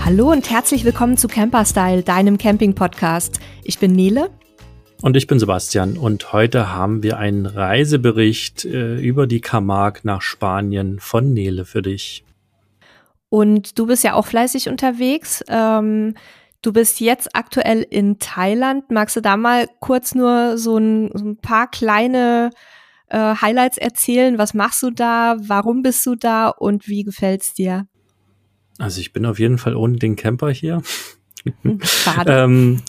Hallo und herzlich willkommen zu Camperstyle, deinem Camping-Podcast. Ich bin Nele. Und ich bin Sebastian und heute haben wir einen Reisebericht über die Camargue nach Spanien von Nele für dich. Und du bist ja auch fleißig unterwegs. Du bist jetzt aktuell in Thailand. Magst du da mal kurz nur so ein paar kleine Highlights erzählen? Was machst du da? Warum bist du da? Und wie gefällt's dir? Also ich bin auf jeden Fall ohne den Camper hier. Schade.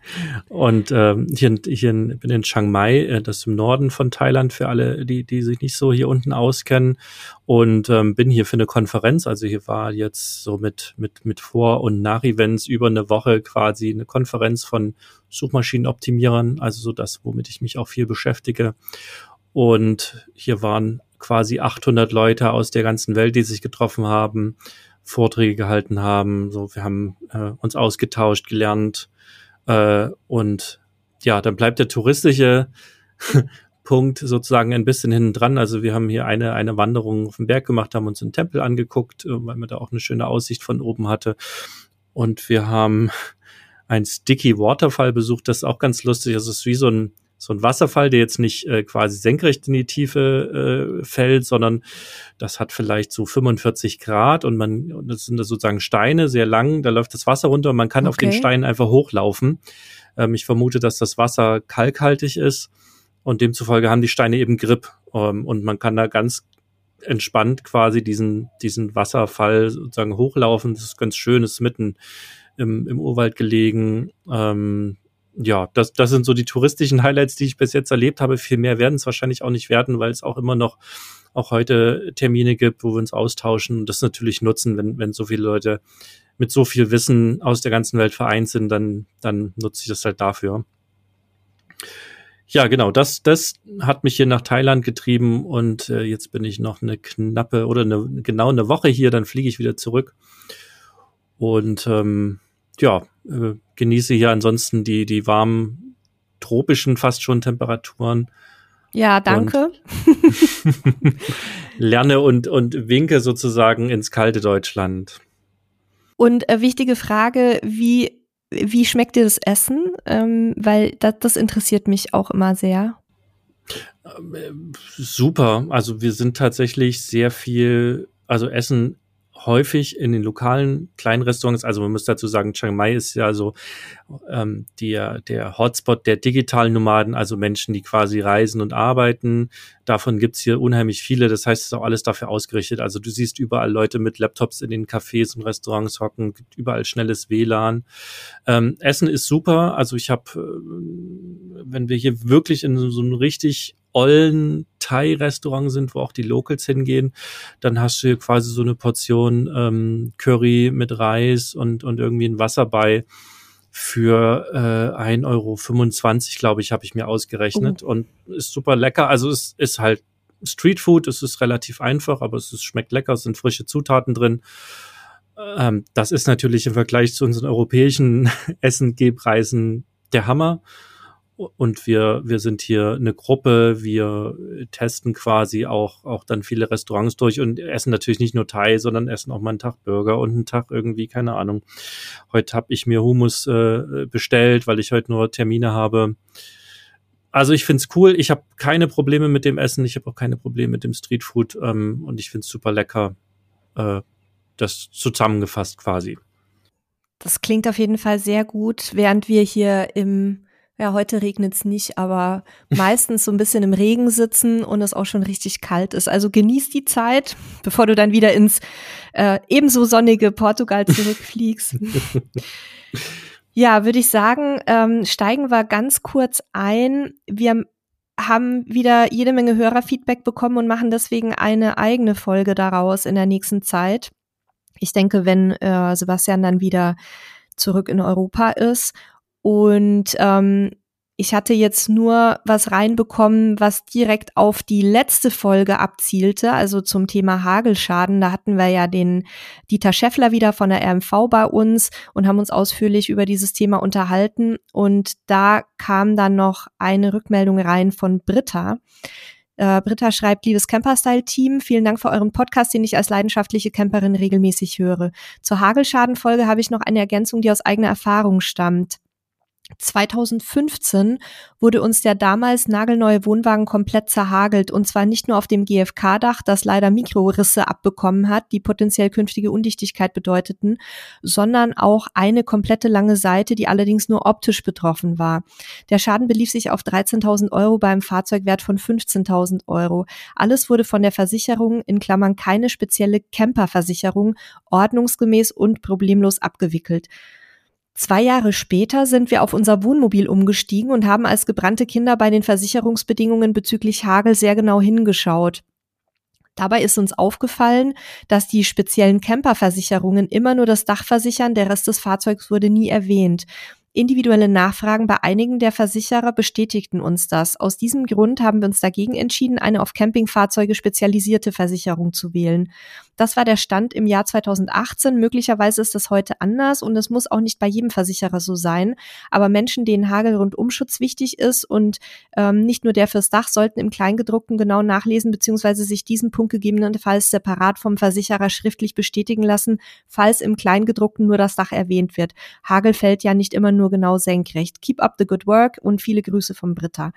Ich bin in Chiang Mai, das ist im Norden von Thailand, für alle, die sich nicht so hier unten auskennen, und bin hier für eine Konferenz. Also hier war jetzt so mit Vor- und Nach-Events über eine Woche quasi eine Konferenz von Suchmaschinenoptimierern, also so das, womit ich mich auch viel beschäftige. Und hier waren quasi 800 Leute aus der ganzen Welt, die sich getroffen haben, Vorträge gehalten haben. So, wir haben uns ausgetauscht, gelernt, und ja, dann bleibt der touristische Punkt sozusagen ein bisschen hinten dran. Also wir haben hier eine Wanderung auf den Berg gemacht, haben uns einen Tempel angeguckt, weil man da auch eine schöne Aussicht von oben hatte. Und wir haben ein Sticky Waterfall besucht, das ist auch ganz lustig. Das ist wie so ein Wasserfall, der jetzt nicht quasi senkrecht in die Tiefe fällt, sondern das hat vielleicht so 45 Grad und das sind sozusagen Steine, sehr lang, da läuft das Wasser runter und man kann auf den Steinen einfach hochlaufen. Ich vermute, dass das Wasser kalkhaltig ist und demzufolge haben die Steine eben Grip, und man kann da ganz entspannt quasi diesen Wasserfall sozusagen hochlaufen. Das ist ganz schön, das ist mitten im Urwald gelegen. Ja, das sind so die touristischen Highlights, die ich bis jetzt erlebt habe. Viel mehr werden es wahrscheinlich auch nicht werden, weil es auch immer noch auch heute Termine gibt, wo wir uns austauschen und das natürlich nutzen, wenn so viele Leute mit so viel Wissen aus der ganzen Welt vereint sind, dann nutze ich das halt dafür. Ja, genau, das hat mich hier nach Thailand getrieben und jetzt bin ich noch genau eine Woche hier, dann fliege ich wieder zurück und genieße hier ansonsten die warmen, tropischen fast schon Temperaturen. Ja, danke. Lerne und winke sozusagen ins kalte Deutschland. Und wichtige Frage, wie schmeckt dir das Essen? Weil das interessiert mich auch immer sehr. Super. Also wir sind tatsächlich sehr viel, also essen häufig in den lokalen kleinen Restaurants. Also man muss dazu sagen, Chiang Mai ist ja so der Hotspot der digitalen Nomaden, also Menschen, die quasi reisen und arbeiten. Davon gibt's hier unheimlich viele. Das heißt, es ist auch alles dafür ausgerichtet. Also du siehst überall Leute mit Laptops in den Cafés und Restaurants hocken, gibt überall schnelles WLAN. Essen ist super. Also ich habe, wenn wir hier wirklich in so einem richtig ollen Thai-Restaurant sind, wo auch die Locals hingehen, dann hast du hier quasi so eine Portion Curry mit Reis und irgendwie ein Wasser bei für 1,25 €, glaube ich, habe ich mir ausgerechnet. Und ist super lecker. Also es ist halt Streetfood, es ist relativ einfach, aber schmeckt lecker, es sind frische Zutaten drin. Das ist natürlich im Vergleich zu unseren europäischen Essen-Gehpreisen der Hammer. Und wir sind hier eine Gruppe, wir testen quasi auch dann viele Restaurants durch und essen natürlich nicht nur Thai, sondern essen auch mal einen Tag Burger und einen Tag irgendwie, keine Ahnung. Heute habe ich mir Hummus bestellt, weil ich heute nur Termine habe. Also ich find's cool, ich habe keine Probleme mit dem Essen, ich habe auch keine Probleme mit dem Streetfood, und ich find's super lecker, das zusammengefasst quasi. Das klingt auf jeden Fall sehr gut, während wir hier heute regnet's nicht, aber meistens so ein bisschen im Regen sitzen und es auch schon richtig kalt ist. Also genieß die Zeit, bevor du dann wieder ins ebenso sonnige Portugal zurückfliegst. Ja, würde ich sagen, steigen wir ganz kurz ein. Wir haben wieder jede Menge Hörerfeedback bekommen und machen deswegen eine eigene Folge daraus in der nächsten Zeit. Ich denke, wenn Sebastian dann wieder zurück in Europa ist. Und ich hatte jetzt nur was reinbekommen, was direkt auf die letzte Folge abzielte, also zum Thema Hagelschaden. Da hatten wir ja den Dieter Schäffler wieder von der RMV bei uns und haben uns ausführlich über dieses Thema unterhalten. Und da kam dann noch eine Rückmeldung rein von Britta. Britta schreibt, liebes Camperstyle-Team, vielen Dank für euren Podcast, den ich als leidenschaftliche Camperin regelmäßig höre. Zur Hagelschadenfolge habe ich noch eine Ergänzung, die aus eigener Erfahrung stammt. 2015 wurde uns der damals nagelneue Wohnwagen komplett zerhagelt, und zwar nicht nur auf dem GFK-Dach, das leider Mikrorisse abbekommen hat, die potenziell künftige Undichtigkeit bedeuteten, sondern auch eine komplette lange Seite, die allerdings nur optisch betroffen war. Der Schaden belief sich auf 13.000 € bei einem Fahrzeugwert von 15.000 €. Alles wurde von der Versicherung, in Klammern keine spezielle Camperversicherung, ordnungsgemäß und problemlos abgewickelt. 2 Jahre später sind wir auf unser Wohnmobil umgestiegen und haben als gebrannte Kinder bei den Versicherungsbedingungen bezüglich Hagel sehr genau hingeschaut. Dabei ist uns aufgefallen, dass die speziellen Camperversicherungen immer nur das Dach versichern, der Rest des Fahrzeugs wurde nie erwähnt. Individuelle Nachfragen bei einigen der Versicherer bestätigten uns das. Aus diesem Grund haben wir uns dagegen entschieden, eine auf Campingfahrzeuge spezialisierte Versicherung zu wählen. Das war der Stand im Jahr 2018. Möglicherweise ist das heute anders und es muss auch nicht bei jedem Versicherer so sein. Aber Menschen, denen Hagelrundumschutz wichtig ist und nicht nur der fürs Dach, sollten im Kleingedruckten genau nachlesen bzw. sich diesen Punkt gegebenenfalls separat vom Versicherer schriftlich bestätigen lassen, falls im Kleingedruckten nur das Dach erwähnt wird. Hagel fällt ja nicht immer nur genau senkrecht. Keep up the good work und viele Grüße von Britta.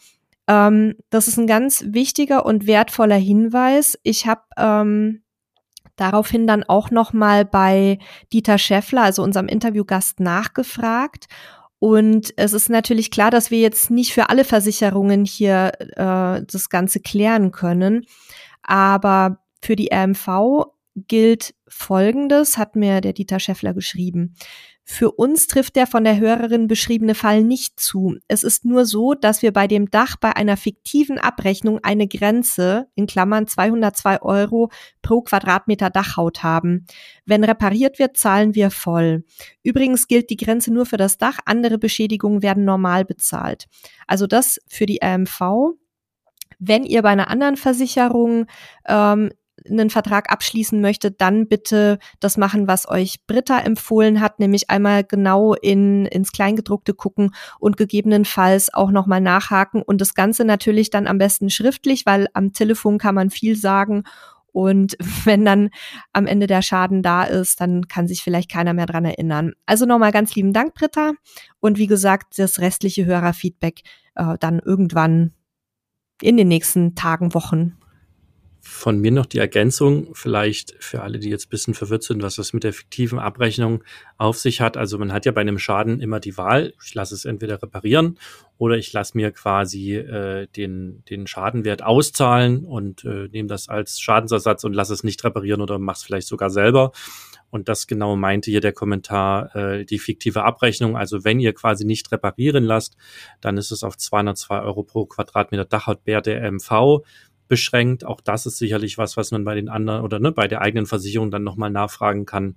Das ist ein ganz wichtiger und wertvoller Hinweis. Ich habe daraufhin dann auch nochmal bei Dieter Schäffler, also unserem Interviewgast, nachgefragt. Und es ist natürlich klar, dass wir jetzt nicht für alle Versicherungen hier das Ganze klären können. Aber für die RMV gilt Folgendes, hat mir der Dieter Schäffler geschrieben. Für uns trifft der von der Hörerin beschriebene Fall nicht zu. Es ist nur so, dass wir bei dem Dach bei einer fiktiven Abrechnung eine Grenze, in Klammern 202 € pro Quadratmeter Dachhaut haben. Wenn repariert wird, zahlen wir voll. Übrigens gilt die Grenze nur für das Dach, andere Beschädigungen werden normal bezahlt. Also das für die RMV. Wenn ihr bei einer anderen Versicherung einen Vertrag abschließen möchtet, dann bitte das machen, was euch Britta empfohlen hat, nämlich einmal genau ins Kleingedruckte gucken und gegebenenfalls auch nochmal nachhaken und das Ganze natürlich dann am besten schriftlich, weil am Telefon kann man viel sagen und wenn dann am Ende der Schaden da ist, dann kann sich vielleicht keiner mehr dran erinnern. Also nochmal ganz lieben Dank, Britta, und wie gesagt, das restliche Hörerfeedback dann irgendwann in den nächsten Tagen, Wochen. Von mir noch die Ergänzung, vielleicht für alle, die jetzt ein bisschen verwirrt sind, was das mit der fiktiven Abrechnung auf sich hat. Also man hat ja bei einem Schaden immer die Wahl, ich lasse es entweder reparieren oder ich lasse mir quasi den Schadenwert auszahlen und nehme das als Schadensersatz und lasse es nicht reparieren oder mache es vielleicht sogar selber. Und das genau meinte hier der Kommentar, die fiktive Abrechnung. Also wenn ihr quasi nicht reparieren lasst, dann ist es auf 202 € pro Quadratmeter Dachhaut der RMV beschränkt. Auch das ist sicherlich was man bei den anderen oder bei der eigenen Versicherung dann nochmal nachfragen kann.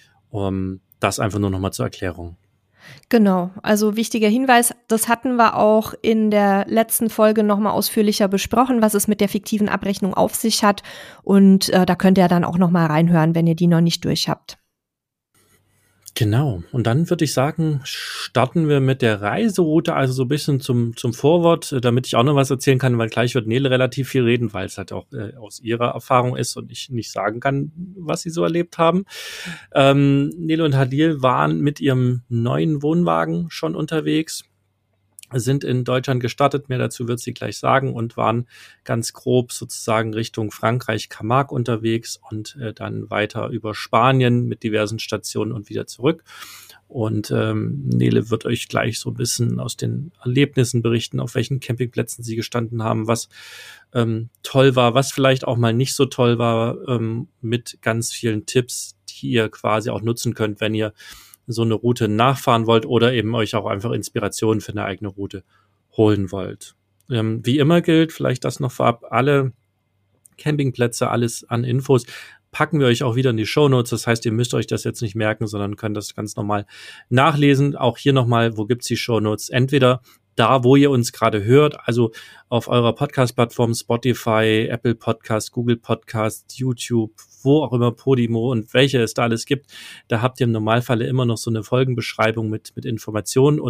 Das einfach nur nochmal zur Erklärung. Genau, also wichtiger Hinweis, das hatten wir auch in der letzten Folge nochmal ausführlicher besprochen, was es mit der fiktiven Abrechnung auf sich hat. Und da könnt ihr dann auch nochmal reinhören, wenn ihr die noch nicht durch habt. Genau. Und dann würde ich sagen, starten wir mit der Reiseroute, also so ein bisschen zum Vorwort, damit ich auch noch was erzählen kann, weil gleich wird Nele relativ viel reden, weil es halt auch aus ihrer Erfahrung ist und ich nicht sagen kann, was sie so erlebt haben. Nele und Hadil waren mit ihrem neuen Wohnwagen schon unterwegs, sind in Deutschland gestartet, mehr dazu wird sie gleich sagen, und waren ganz grob sozusagen Richtung Frankreich, Camargue unterwegs und dann weiter über Spanien mit diversen Stationen und wieder zurück. Und Nele wird euch gleich so ein bisschen aus den Erlebnissen berichten, auf welchen Campingplätzen sie gestanden haben, was toll war, was vielleicht auch mal nicht so toll war, mit ganz vielen Tipps, die ihr quasi auch nutzen könnt, wenn ihr so eine Route nachfahren wollt oder eben euch auch einfach Inspiration für eine eigene Route holen wollt. Wie immer gilt, vielleicht das noch vorab, alle Campingplätze, alles an Infos packen wir euch auch wieder in die Shownotes. Das heißt, ihr müsst euch das jetzt nicht merken, sondern könnt das ganz normal nachlesen. Auch hier nochmal, wo gibt's die Shownotes? Entweder da, wo ihr uns gerade hört, also auf eurer Podcast-Plattform Spotify, Apple Podcast, Google Podcast, YouTube, wo auch immer, Podimo und welche es da alles gibt, da habt ihr im Normalfall immer noch so eine Folgenbeschreibung mit Informationen und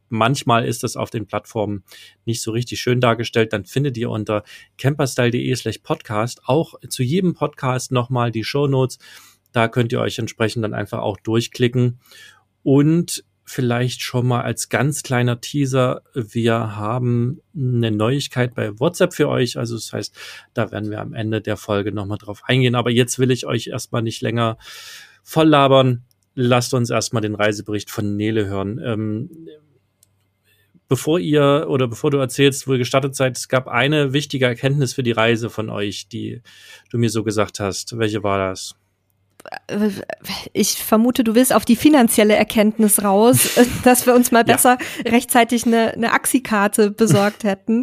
manchmal ist das auf den Plattformen nicht so richtig schön dargestellt, dann findet ihr unter camperstyle.de/podcast auch zu jedem Podcast nochmal die Shownotes. Da könnt ihr euch entsprechend dann einfach auch durchklicken. Und vielleicht schon mal als ganz kleiner Teaser, wir haben eine Neuigkeit bei WhatsApp für euch. Also das heißt, da werden wir am Ende der Folge nochmal drauf eingehen. Aber jetzt will ich euch erstmal nicht länger voll labern. Lasst uns erstmal den Reisebericht von Nele hören. Bevor du erzählst, wo ihr gestartet seid, es gab eine wichtige Erkenntnis für die Reise von euch, die du mir so gesagt hast. Welche war das? Ich vermute, du willst auf die finanzielle Erkenntnis raus, dass wir uns mal besser rechtzeitig eine Axi-Karte besorgt hätten.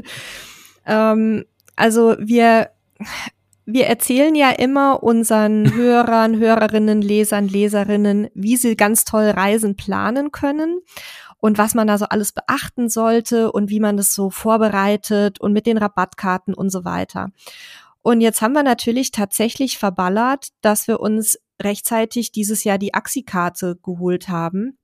Also wir erzählen ja immer unseren Hörern, Hörerinnen, Lesern, Leserinnen, wie sie ganz toll Reisen planen können und was man da so alles beachten sollte und wie man das so vorbereitet und mit den Rabattkarten und so weiter. Und jetzt haben wir natürlich tatsächlich verballert, dass wir uns rechtzeitig dieses Jahr die Axi-Karte geholt haben.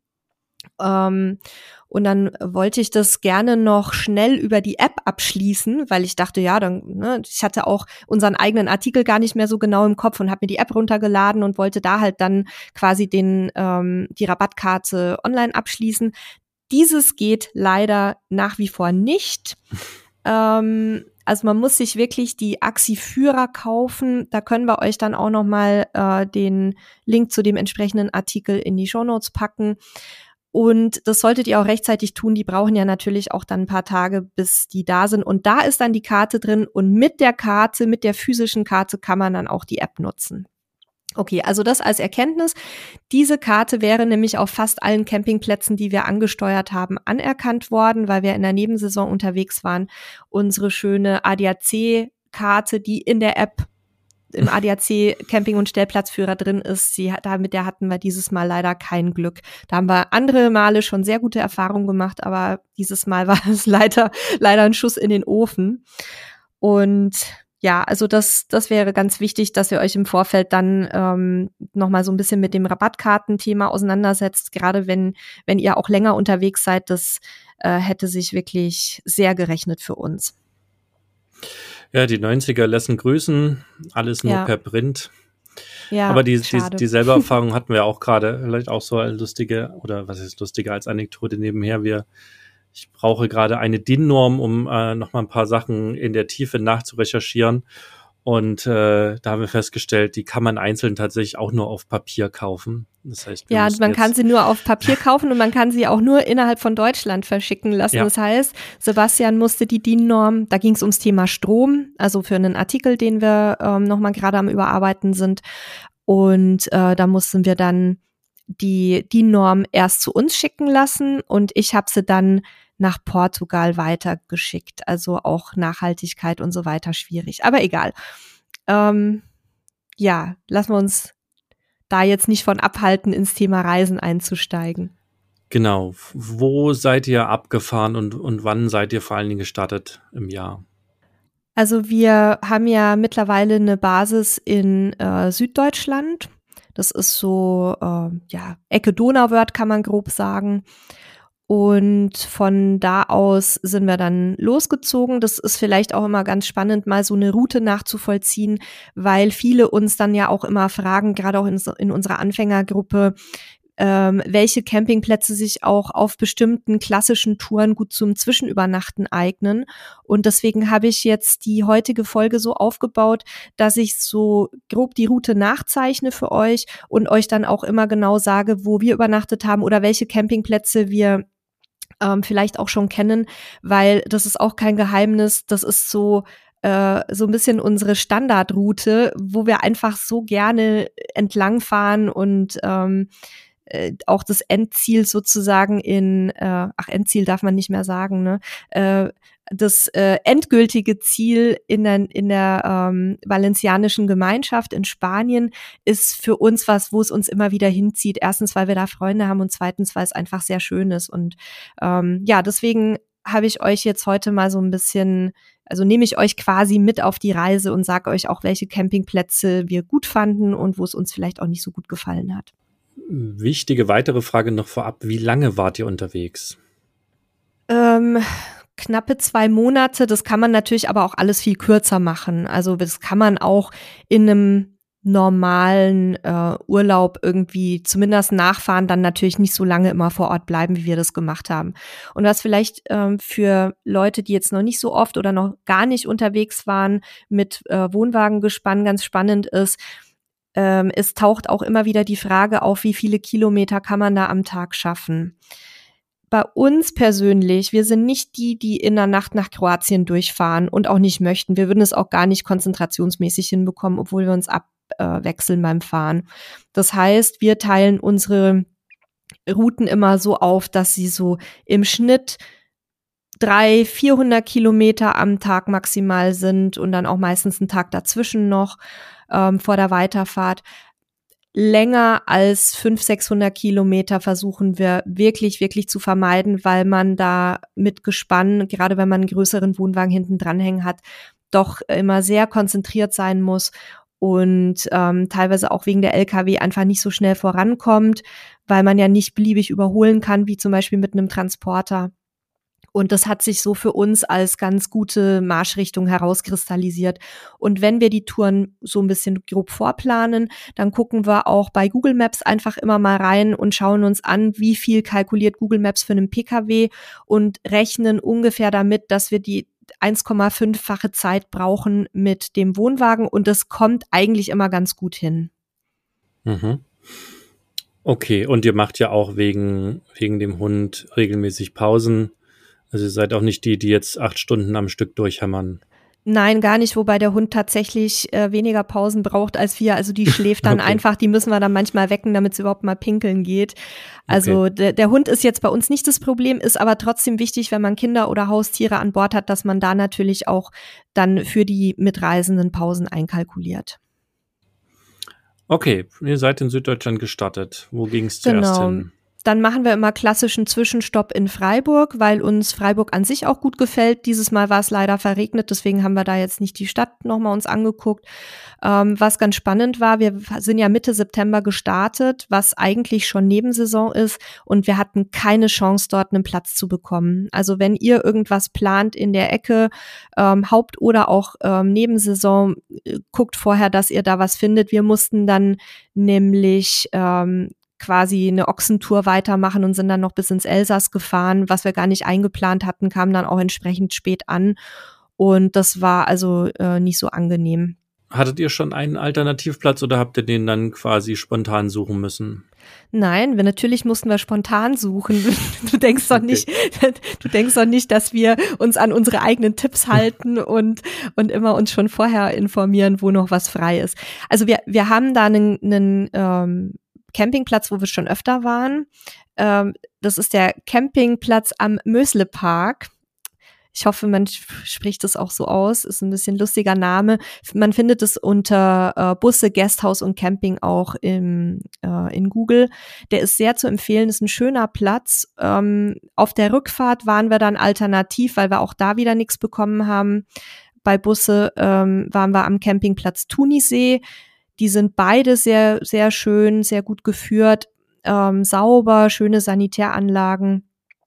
Und dann wollte ich das gerne noch schnell über die App abschließen, weil ich dachte, ja, ich hatte auch unseren eigenen Artikel gar nicht mehr so genau im Kopf und habe mir die App runtergeladen und wollte da halt dann quasi die Rabattkarte online abschließen. Dieses geht leider nach wie vor nicht. Also man muss sich wirklich die Axi-Führer kaufen. Da können wir euch dann auch nochmal den Link zu dem entsprechenden Artikel in die Shownotes packen. Und das solltet ihr auch rechtzeitig tun. Die brauchen ja natürlich auch dann ein paar Tage, bis die da sind. Und da ist dann die Karte drin. Und mit der Karte, mit der physischen Karte kann man dann auch die App nutzen. Okay, also das als Erkenntnis. Diese Karte wäre nämlich auf fast allen Campingplätzen, die wir angesteuert haben, anerkannt worden, weil wir in der Nebensaison unterwegs waren. Unsere schöne ADAC-Karte, die in der App im ADAC Camping- und Stellplatzführer drin ist, mit der hatten wir dieses Mal leider kein Glück. Da haben wir andere Male schon sehr gute Erfahrungen gemacht, aber dieses Mal war es leider ein Schuss in den Ofen. Und ja, also das wäre ganz wichtig, dass ihr euch im Vorfeld dann nochmal so ein bisschen mit dem Rabattkartenthema auseinandersetzt, gerade wenn ihr auch länger unterwegs seid. Das hätte sich wirklich sehr gerechnet für uns. Ja, die 90er lassen grüßen, alles nur per Print. Ja, aber dieselbe Erfahrung hatten wir auch gerade, vielleicht auch so als lustige Anekdote nebenher. Ich brauche gerade eine DIN-Norm, um noch mal ein paar Sachen in der Tiefe nachzurecherchieren. Und da haben wir festgestellt, die kann man einzeln tatsächlich auch nur auf Papier kaufen. Das heißt, man kann sie nur auf Papier kaufen und man kann sie auch nur innerhalb von Deutschland verschicken lassen. Ja. Das heißt, Sebastian musste die DIN-Norm, da ging es ums Thema Strom, also für einen Artikel, den wir noch mal gerade am Überarbeiten sind. Und da mussten wir dann die DIN-Norm erst zu uns schicken lassen und ich habe sie dann nach Portugal weitergeschickt. Also auch Nachhaltigkeit und so weiter schwierig. Aber egal. Lassen wir uns da jetzt nicht von abhalten, ins Thema Reisen einzusteigen. Genau. Wo seid ihr abgefahren und wann seid ihr vor allen Dingen gestartet im Jahr? Also wir haben ja mittlerweile eine Basis in Süddeutschland. Das ist so, Ecke Donauwörth kann man grob sagen. Und von da aus sind wir dann losgezogen. Das ist vielleicht auch immer ganz spannend, mal so eine Route nachzuvollziehen, weil viele uns dann ja auch immer fragen, gerade auch in unserer Anfängergruppe, welche Campingplätze sich auch auf bestimmten klassischen Touren gut zum Zwischenübernachten eignen. Und deswegen habe ich jetzt die heutige Folge so aufgebaut, dass ich so grob die Route nachzeichne für euch und euch dann auch immer genau sage, wo wir übernachtet haben oder welche Campingplätze wir vielleicht auch schon kennen, weil das ist auch kein Geheimnis, das ist so ein bisschen unsere Standardroute, wo wir einfach so gerne entlangfahren und auch das Endziel sozusagen Endziel darf man nicht mehr sagen, ne? Das endgültige Ziel in der valencianischen Gemeinschaft in Spanien ist für uns was, wo es uns immer wieder hinzieht. Erstens, weil wir da Freunde haben und zweitens, weil es einfach sehr schön ist. Und deswegen habe ich euch jetzt heute mal so ein bisschen, also nehme ich euch quasi mit auf die Reise und sage euch auch, welche Campingplätze wir gut fanden und wo es uns vielleicht auch nicht so gut gefallen hat. Wichtige weitere Frage noch vorab. Wie lange wart ihr unterwegs? Ähm, knappe 2 Monate, das kann man natürlich aber auch alles viel kürzer machen. Also das kann man auch in einem normalen Urlaub irgendwie zumindest nachfahren, dann natürlich nicht so lange immer vor Ort bleiben, wie wir das gemacht haben. Und was vielleicht für Leute, die jetzt noch nicht so oft oder noch gar nicht unterwegs waren, mit Wohnwagengespann ganz spannend ist, es taucht auch immer wieder die Frage auf, wie viele Kilometer kann man da am Tag schaffen. Bei uns persönlich, wir sind nicht die, die in der Nacht nach Kroatien durchfahren und auch nicht möchten. Wir würden es auch gar nicht konzentrationsmäßig hinbekommen, obwohl wir uns abwechseln beim Fahren. Das heißt, wir teilen unsere Routen immer so auf, dass sie so im Schnitt 300-400 Kilometer am Tag maximal sind und dann auch meistens einen Tag dazwischen noch vor der Weiterfahrt. Länger als 500-600 Kilometer versuchen wir wirklich, wirklich zu vermeiden, weil man da mit Gespann, gerade wenn man einen größeren Wohnwagen hinten dranhängen hat, doch immer sehr konzentriert sein muss und teilweise auch wegen der LKW einfach nicht so schnell vorankommt, weil man ja nicht beliebig überholen kann, wie zum Beispiel mit einem Transporter. Und das hat sich so für uns als ganz gute Marschrichtung herauskristallisiert. Und wenn wir die Touren so ein bisschen grob vorplanen, dann gucken wir auch bei Google Maps einfach immer mal rein und schauen uns an, wie viel kalkuliert Google Maps für einen Pkw und rechnen ungefähr damit, dass wir die 1,5-fache Zeit brauchen mit dem Wohnwagen. Und das kommt eigentlich immer ganz gut hin. Mhm. Okay, und ihr macht ja auch wegen dem Hund regelmäßig Pausen. Also ihr seid auch nicht die, die jetzt 8 Stunden am Stück durchhämmern. Nein, gar nicht, wobei der Hund tatsächlich weniger Pausen braucht als wir. Also die schläft dann Okay. einfach, die müssen wir dann manchmal wecken, damit es überhaupt mal pinkeln geht. Also Okay. der Hund ist jetzt bei uns nicht das Problem, ist aber trotzdem wichtig, wenn man Kinder oder Haustiere an Bord hat, dass man da natürlich auch dann für die Mitreisenden Pausen einkalkuliert. Okay, ihr seid in Süddeutschland gestartet. Wo ging es zuerst Genau. hin? Dann machen wir immer klassischen Zwischenstopp in Freiburg, weil uns Freiburg an sich auch gut gefällt. Dieses Mal war es leider verregnet, deswegen haben wir da jetzt nicht die Stadt nochmal uns angeguckt. Was ganz spannend war, wir sind ja Mitte September gestartet, was eigentlich schon Nebensaison ist und wir hatten keine Chance, dort einen Platz zu bekommen. Also wenn ihr irgendwas plant in der Ecke, Haupt- oder auch Nebensaison, guckt vorher, dass ihr da was findet. Wir mussten dann nämlich quasi eine Ochsentour weitermachen und sind dann noch bis ins Elsass gefahren, was wir gar nicht eingeplant hatten, kam dann auch entsprechend spät an und das war also nicht so angenehm. Hattet ihr schon einen Alternativplatz oder habt ihr den dann quasi spontan suchen müssen? Nein, natürlich mussten wir spontan suchen. Du denkst doch Okay. nicht, dass wir uns an unsere eigenen Tipps halten und immer uns schon vorher informieren, wo noch was frei ist. Also wir haben da einen Campingplatz, wo wir schon öfter waren. Das ist der Campingplatz am Möslepark. Ich hoffe, man spricht das auch so aus. Ist ein bisschen lustiger Name. Man findet es unter Busse, Guesthouse und Camping auch in Google. Der ist sehr zu empfehlen, ist ein schöner Platz. Auf der Rückfahrt waren wir dann alternativ, weil wir auch da wieder nichts bekommen haben. Bei Busse waren wir am Campingplatz Tunisee. Die sind beide sehr, sehr schön, sehr gut geführt, sauber, schöne Sanitäranlagen.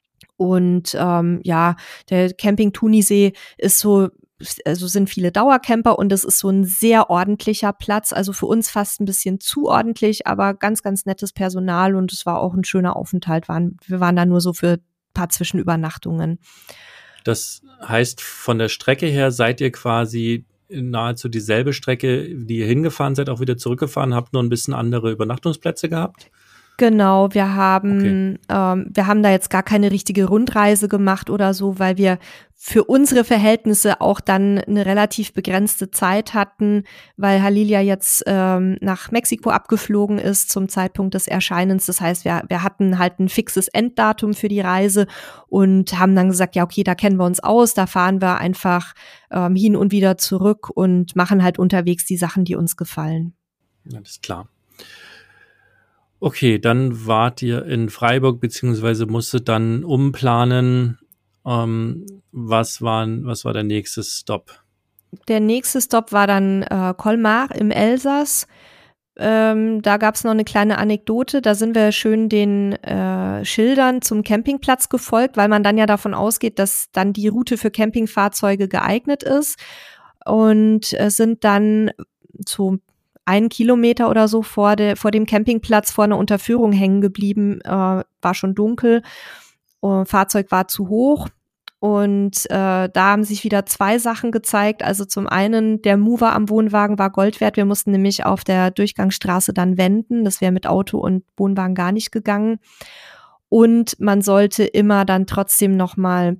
Und ja, der Camping Tunisee ist so, also sind viele Dauercamper und es ist so ein sehr ordentlicher Platz. Also für uns fast ein bisschen zu ordentlich, aber ganz, ganz nettes Personal und es war auch ein schöner Aufenthalt. Wir waren da nur so für ein paar Zwischenübernachtungen. Das heißt, von der Strecke her seid ihr quasi nahezu dieselbe Strecke, die ihr hingefahren seid, auch wieder zurückgefahren, habt nur ein bisschen andere Übernachtungsplätze gehabt? Genau, wir haben da jetzt gar keine richtige Rundreise gemacht oder so, weil wir für unsere Verhältnisse auch dann eine relativ begrenzte Zeit hatten, weil Halil ja jetzt nach Mexiko abgeflogen ist zum Zeitpunkt des Erscheinens. Das heißt, wir hatten halt ein fixes Enddatum für die Reise und haben dann gesagt, ja okay, da kennen wir uns aus, da fahren wir einfach hin und wieder zurück und machen halt unterwegs die Sachen, die uns gefallen. Ja, das ist klar. Okay, dann wart ihr in Freiburg, beziehungsweise musstet dann umplanen. Was war der nächste Stopp? Der nächste Stopp war dann Colmar im Elsass. Da gab es noch eine kleine Anekdote. Da sind wir schön den Schildern zum Campingplatz gefolgt, weil man dann ja davon ausgeht, dass dann die Route für Campingfahrzeuge geeignet ist, und sind dann so 1 Kilometer oder so vor dem Campingplatz vor einer Unterführung hängen geblieben. War schon dunkel, Fahrzeug war zu hoch. Und da haben sich wieder 2 Sachen gezeigt. Also zum einen, der Mover am Wohnwagen war Gold wert. Wir mussten nämlich auf der Durchgangsstraße dann wenden. Das wäre mit Auto und Wohnwagen gar nicht gegangen. Und man sollte immer dann trotzdem nochmal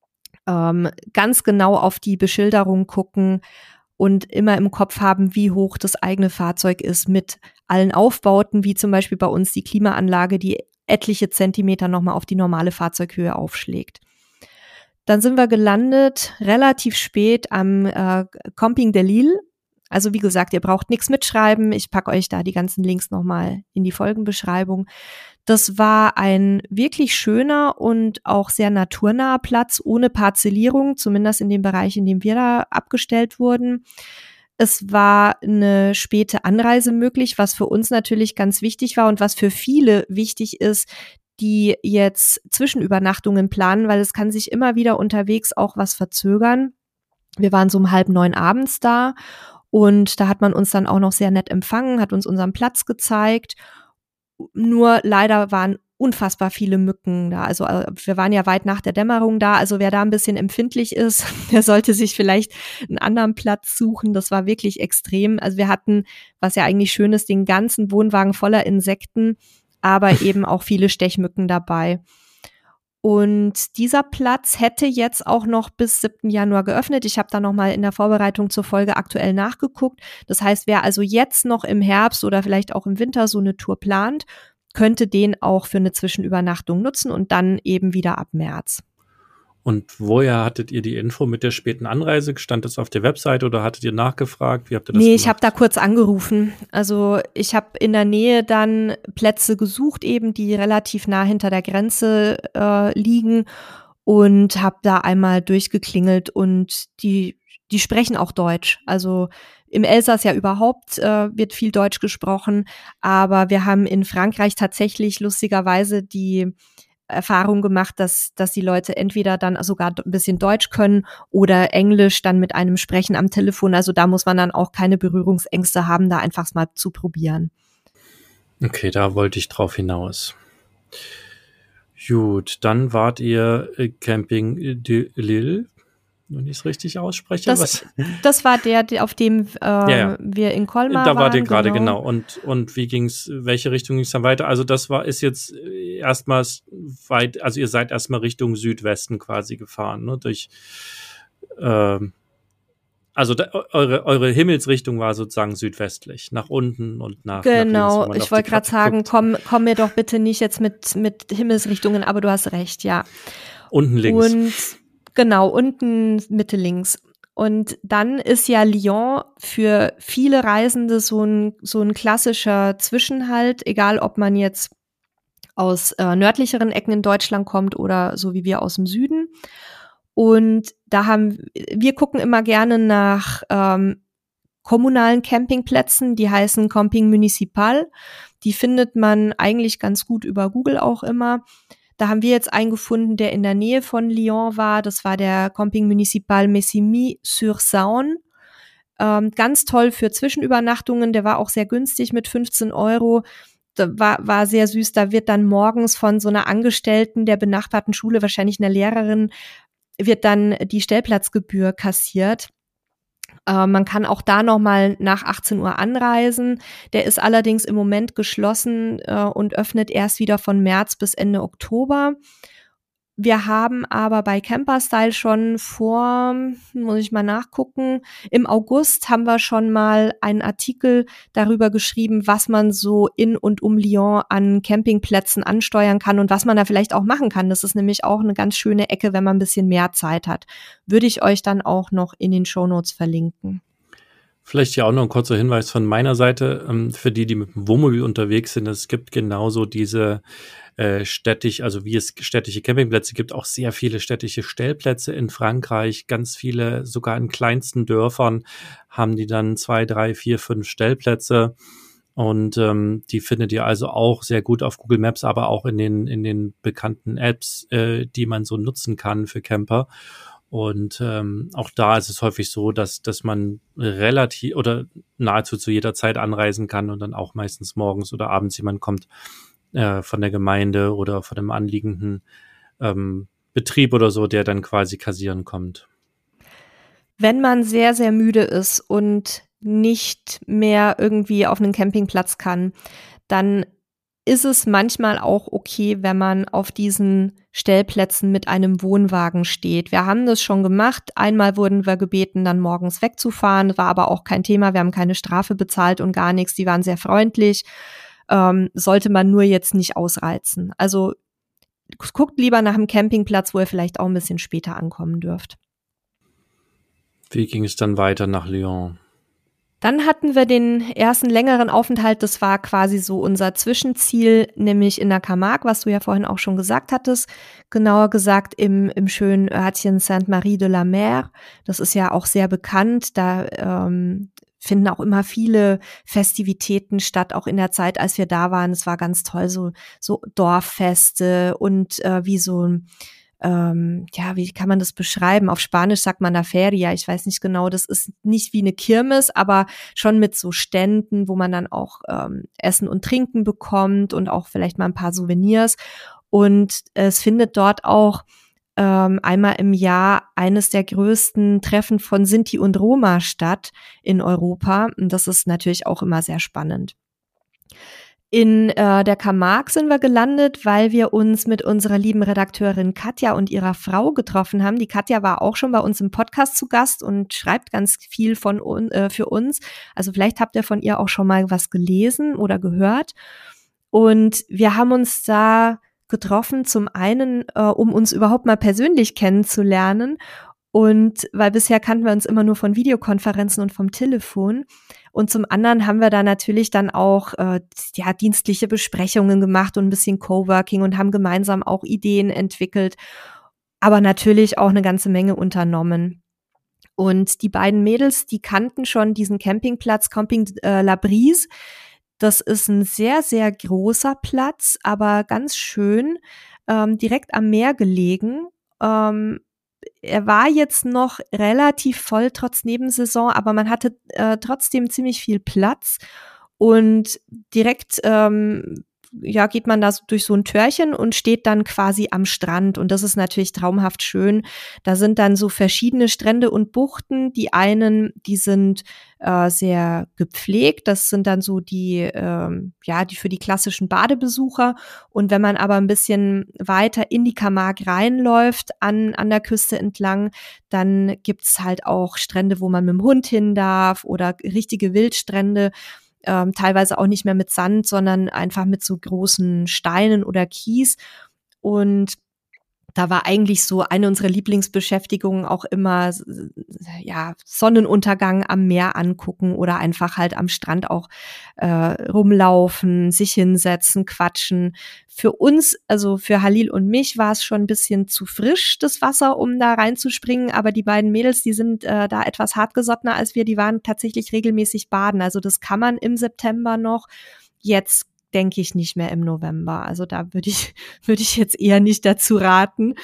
ganz genau auf die Beschilderung gucken und immer im Kopf haben, wie hoch das eigene Fahrzeug ist, mit allen Aufbauten, wie zum Beispiel bei uns die Klimaanlage, die etliche Zentimeter nochmal auf die normale Fahrzeughöhe aufschlägt. Dann sind wir gelandet, relativ spät am Camping de Lille. Also wie gesagt, ihr braucht nichts mitschreiben. Ich packe euch da die ganzen Links nochmal in die Folgenbeschreibung. Das war ein wirklich schöner und auch sehr naturnaher Platz, ohne Parzellierung, zumindest in dem Bereich, in dem wir da abgestellt wurden. Es war eine späte Anreise möglich, was für uns natürlich ganz wichtig war und was für viele wichtig ist, die jetzt Zwischenübernachtungen planen, weil es kann sich immer wieder unterwegs auch was verzögern. Wir waren so um 8:30 abends da und da hat man uns dann auch noch sehr nett empfangen, hat uns unseren Platz gezeigt. Nur leider waren unfassbar viele Mücken da. Also wir waren ja weit nach der Dämmerung da. Also wer da ein bisschen empfindlich ist, der sollte sich vielleicht einen anderen Platz suchen. Das war wirklich extrem. Also wir hatten, was ja eigentlich schön ist, den ganzen Wohnwagen voller Insekten, aber eben auch viele Stechmücken dabei. Und dieser Platz hätte jetzt auch noch bis 7. Januar geöffnet. Ich habe da nochmal in der Vorbereitung zur Folge aktuell nachgeguckt. Das heißt, wer also jetzt noch im Herbst oder vielleicht auch im Winter so eine Tour plant, könnte den auch für eine Zwischenübernachtung nutzen und dann eben wieder ab März. Und woher hattet ihr die Info mit der späten Anreise? Stand das auf der Website oder hattet ihr nachgefragt? Wie habt ihr das gemacht? Ich habe da kurz angerufen. Also ich habe in der Nähe dann Plätze gesucht, eben die relativ nah hinter der Grenze liegen, und habe da einmal durchgeklingelt, und die sprechen auch Deutsch. Also im Elsass ja überhaupt wird viel Deutsch gesprochen, aber wir haben in Frankreich tatsächlich lustigerweise die Erfahrung gemacht, dass die Leute entweder dann sogar ein bisschen Deutsch können oder Englisch dann mit einem sprechen am Telefon. Also da muss man dann auch keine Berührungsängste haben, da einfach mal zu probieren. Okay, da wollte ich drauf hinaus. Gut, dann wart ihr Camping de Lille, wenn ich es richtig ausspreche. Das war der, auf dem wir in Colmar waren. Da wart ihr gerade, genau. Und welche Richtung ging's dann weiter? Also ist jetzt erstmals weit, also ihr seid erstmal Richtung Südwesten quasi gefahren, ne? Eure Himmelsrichtung war sozusagen südwestlich, nach unten und nach Genau, nach links, ich wollte gerade sagen, komm mir doch bitte nicht jetzt mit Himmelsrichtungen, aber du hast recht, ja. Unten links. Und genau, unten Mitte links. Und dann ist ja Lyon für viele Reisende so ein klassischer Zwischenhalt, egal ob man jetzt aus nördlicheren Ecken in Deutschland kommt oder so wie wir aus dem Süden. Und wir gucken immer gerne nach kommunalen Campingplätzen, die heißen Camping Municipal. Die findet man eigentlich ganz gut über Google auch immer. Da haben wir jetzt einen gefunden, der in der Nähe von Lyon war. Das war der Camping Municipal Messigny-sur-Saône. Ganz toll für Zwischenübernachtungen. Der war auch sehr günstig mit 15 €. Da war sehr süß. Da wird dann morgens von so einer Angestellten der benachbarten Schule, wahrscheinlich einer Lehrerin, wird dann die Stellplatzgebühr kassiert. Man kann auch da nochmal nach 18 Uhr anreisen. Der ist allerdings im Moment geschlossen und öffnet erst wieder von März bis Ende Oktober. Wir haben aber bei Camperstyle schon muss ich mal nachgucken, im August haben wir schon mal einen Artikel darüber geschrieben, was man so in und um Lyon an Campingplätzen ansteuern kann und was man da vielleicht auch machen kann. Das ist nämlich auch eine ganz schöne Ecke, wenn man ein bisschen mehr Zeit hat. Würde ich euch dann auch noch in den Shownotes verlinken. Vielleicht ja auch noch ein kurzer Hinweis von meiner Seite, für die mit dem Wohnmobil unterwegs sind. Es gibt genauso diese wie es städtische Campingplätze gibt, auch sehr viele städtische Stellplätze in Frankreich. Ganz viele, sogar in kleinsten Dörfern, haben die dann 2, 3, 4, 5 Stellplätze. Und die findet ihr also auch sehr gut auf Google Maps, aber auch in den bekannten Apps, die man so nutzen kann für Camper. Und auch da ist es häufig so, dass man relativ oder nahezu zu jeder Zeit anreisen kann und dann auch meistens morgens oder abends jemand kommt von der Gemeinde oder von dem anliegenden Betrieb oder so, der dann quasi kassieren kommt. Wenn man sehr, sehr müde ist und nicht mehr irgendwie auf einen Campingplatz kann, dann ist es manchmal auch okay, wenn man auf diesen Stellplätzen mit einem Wohnwagen steht. Wir haben das schon gemacht. Einmal wurden wir gebeten, dann morgens wegzufahren, war aber auch kein Thema. Wir haben keine Strafe bezahlt und gar nichts. Die waren sehr freundlich. Sollte man nur jetzt nicht ausreizen. Also guckt lieber nach einem Campingplatz, wo ihr vielleicht auch ein bisschen später ankommen dürft. Wie ging es dann weiter nach Lyon? Dann hatten wir den ersten längeren Aufenthalt, das war quasi so unser Zwischenziel, nämlich in der Camargue, was du ja vorhin auch schon gesagt hattest. Genauer gesagt im schönen Örtchen Sainte-Marie-de-la-Mer. Das ist ja auch sehr bekannt. Da finden auch immer viele Festivitäten statt, auch in der Zeit, als wir da waren. Es war ganz toll, so Dorffeste und wie so ein wie kann man das beschreiben? Auf Spanisch sagt man da Feria, ich weiß nicht genau, das ist nicht wie eine Kirmes, aber schon mit so Ständen, wo man dann auch Essen und Trinken bekommt und auch vielleicht mal ein paar Souvenirs. Und es findet dort auch einmal im Jahr eines der größten Treffen von Sinti und Roma statt in Europa. Und das ist natürlich auch immer sehr spannend. In der Camargue sind wir gelandet, weil wir uns mit unserer lieben Redakteurin Katja und ihrer Frau getroffen haben. Die Katja war auch schon bei uns im Podcast zu Gast und schreibt ganz viel für uns. Also vielleicht habt ihr von ihr auch schon mal was gelesen oder gehört. Und wir haben uns da getroffen, zum einen, um uns überhaupt mal persönlich kennenzulernen. Und weil bisher kannten wir uns immer nur von Videokonferenzen und vom Telefon. Und zum anderen haben wir da natürlich dann auch dienstliche Besprechungen gemacht und ein bisschen Coworking und haben gemeinsam auch Ideen entwickelt, aber natürlich auch eine ganze Menge unternommen. Und die beiden Mädels, die kannten schon diesen Campingplatz Camping La Brise. Das ist ein sehr, sehr großer Platz, aber ganz schön, direkt am Meer gelegen. Er war jetzt noch relativ voll trotz Nebensaison, aber man hatte trotzdem ziemlich viel Platz und direkt geht man da durch so ein Türchen und steht dann quasi am Strand und das ist natürlich traumhaft schön. Da sind dann so verschiedene Strände und Buchten. Die einen, die sind sehr gepflegt. Das sind dann so die für die klassischen Badebesucher. Und wenn man aber ein bisschen weiter in die Camargue reinläuft, an der Küste entlang, dann gibt's halt auch Strände, wo man mit dem Hund hin darf oder richtige Wildstrände. Teilweise auch nicht mehr mit Sand, sondern einfach mit so großen Steinen oder Kies. Und da war eigentlich so eine unserer Lieblingsbeschäftigungen auch immer, Sonnenuntergang am Meer angucken oder einfach halt am Strand auch rumlaufen, sich hinsetzen, quatschen. Für uns, also für Halil und mich, war es schon ein bisschen zu frisch, das Wasser, um da reinzuspringen. Aber die beiden Mädels, die sind da etwas hartgesottener als wir, die waren tatsächlich regelmäßig baden. Also das kann man im September noch. Jetzt denke ich nicht mehr im November. Also da würde ich jetzt eher nicht dazu raten.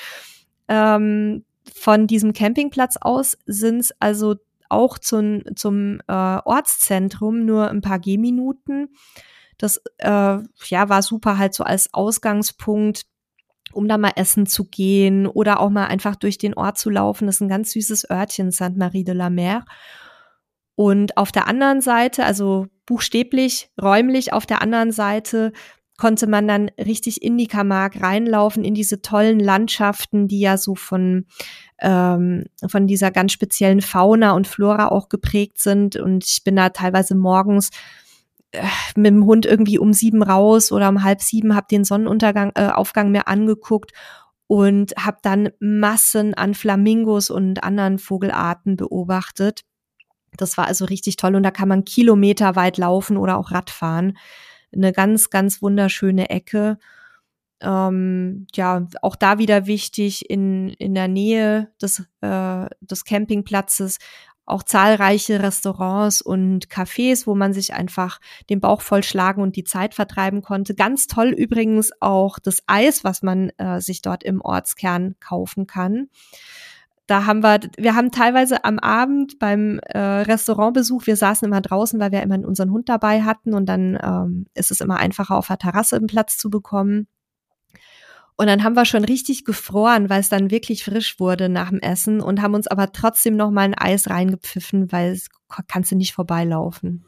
Von diesem Campingplatz aus sind es also auch zum Ortszentrum nur ein paar Gehminuten. Das war super halt so als Ausgangspunkt, um da mal essen zu gehen oder auch mal einfach durch den Ort zu laufen. Das ist ein ganz süßes Örtchen, Sainte-Marie-de-la-Mer. Und auf der anderen Seite, also buchstäblich, räumlich auf der anderen Seite, konnte man dann richtig in die Camargue reinlaufen, in diese tollen Landschaften, die ja so von dieser ganz speziellen Fauna und Flora auch geprägt sind. Und ich bin da teilweise morgens mit dem Hund irgendwie um 7 raus oder um 6:30, habe den Aufgang mir angeguckt und habe dann Massen an Flamingos und anderen Vogelarten beobachtet. Das war also richtig toll und da kann man kilometerweit laufen oder auch Radfahren. Eine ganz, ganz wunderschöne Ecke. Auch da wieder wichtig in der Nähe des Campingplatzes auch zahlreiche Restaurants und Cafés, wo man sich einfach den Bauch vollschlagen und die Zeit vertreiben konnte. Ganz toll übrigens auch das Eis, was man sich dort im Ortskern kaufen kann. Wir haben teilweise am Abend beim Restaurantbesuch, wir saßen immer draußen, weil wir immer unseren Hund dabei hatten und dann ist es immer einfacher, auf der Terrasse einen Platz zu bekommen. Und dann haben wir schon richtig gefroren, weil es dann wirklich frisch wurde nach dem Essen und haben uns aber trotzdem noch mal ein Eis reingepfiffen, weil es kannst du nicht vorbeilaufen.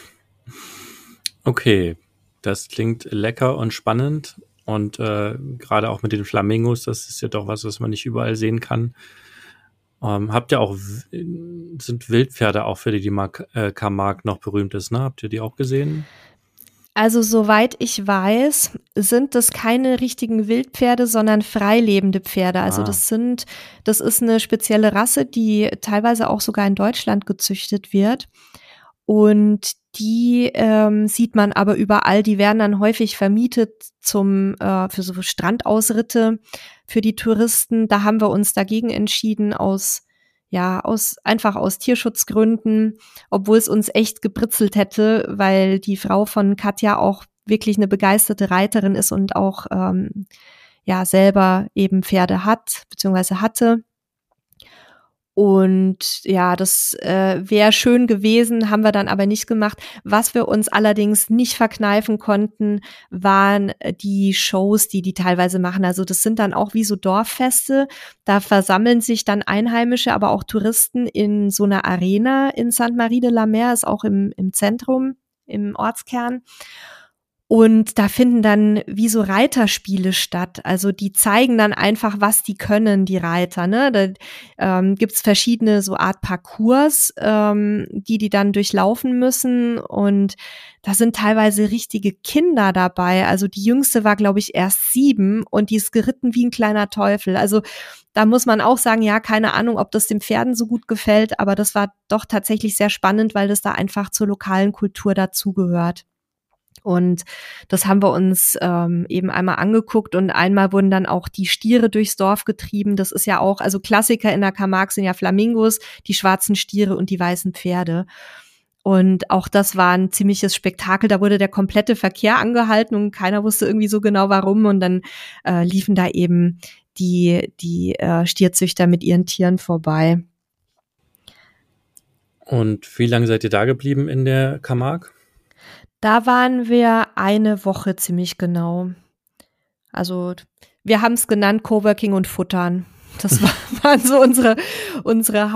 Okay, das klingt lecker und spannend und gerade auch mit den Flamingos, das ist ja doch was man nicht überall sehen kann. Habt ihr auch, sind Wildpferde auch, für die Camargue noch berühmt ist, ne? Habt ihr die auch gesehen? Also soweit ich weiß, sind das keine richtigen Wildpferde, sondern freilebende Pferde. Also das ist eine spezielle Rasse, die teilweise auch sogar in Deutschland gezüchtet wird. Und die sieht man aber überall. Die werden dann häufig vermietet für so Strandausritte für die Touristen. Da haben wir uns dagegen entschieden einfach aus Tierschutzgründen, obwohl es uns echt gebritzelt hätte, weil die Frau von Katja auch wirklich eine begeisterte Reiterin ist und auch selber eben Pferde hat bzw. hatte. Und ja, das wäre schön gewesen, haben wir dann aber nicht gemacht. Was wir uns allerdings nicht verkneifen konnten, waren die Shows, die teilweise machen. Also das sind dann auch wie so Dorffeste. Da versammeln sich dann Einheimische, aber auch Touristen in so einer Arena in Sainte-Marie-de-la-Mer, ist auch im Zentrum, im Ortskern. Und da finden dann wie so Reiterspiele statt. Also die zeigen dann einfach, was die können, die Reiter. Ne? Da gibt's verschiedene so Art Parcours, die dann durchlaufen müssen. Und da sind teilweise richtige Kinder dabei. Also die Jüngste war, glaube ich, erst 7 und die ist geritten wie ein kleiner Teufel. Also da muss man auch sagen, ja, keine Ahnung, ob das den Pferden so gut gefällt, aber das war doch tatsächlich sehr spannend, weil das da einfach zur lokalen Kultur dazugehört. Und das haben wir uns eben einmal angeguckt und einmal wurden dann auch die Stiere durchs Dorf getrieben. Das ist ja auch, also Klassiker in der Camargue sind ja Flamingos, die schwarzen Stiere und die weißen Pferde. Und auch das war ein ziemliches Spektakel. Da wurde der komplette Verkehr angehalten und keiner wusste irgendwie so genau warum. Und dann liefen da eben die Stierzüchter mit ihren Tieren vorbei. Und wie lange seid ihr da geblieben in der Camargue? Da waren wir eine Woche ziemlich genau. Also wir haben es genannt Coworking und Futtern. Das waren so unsere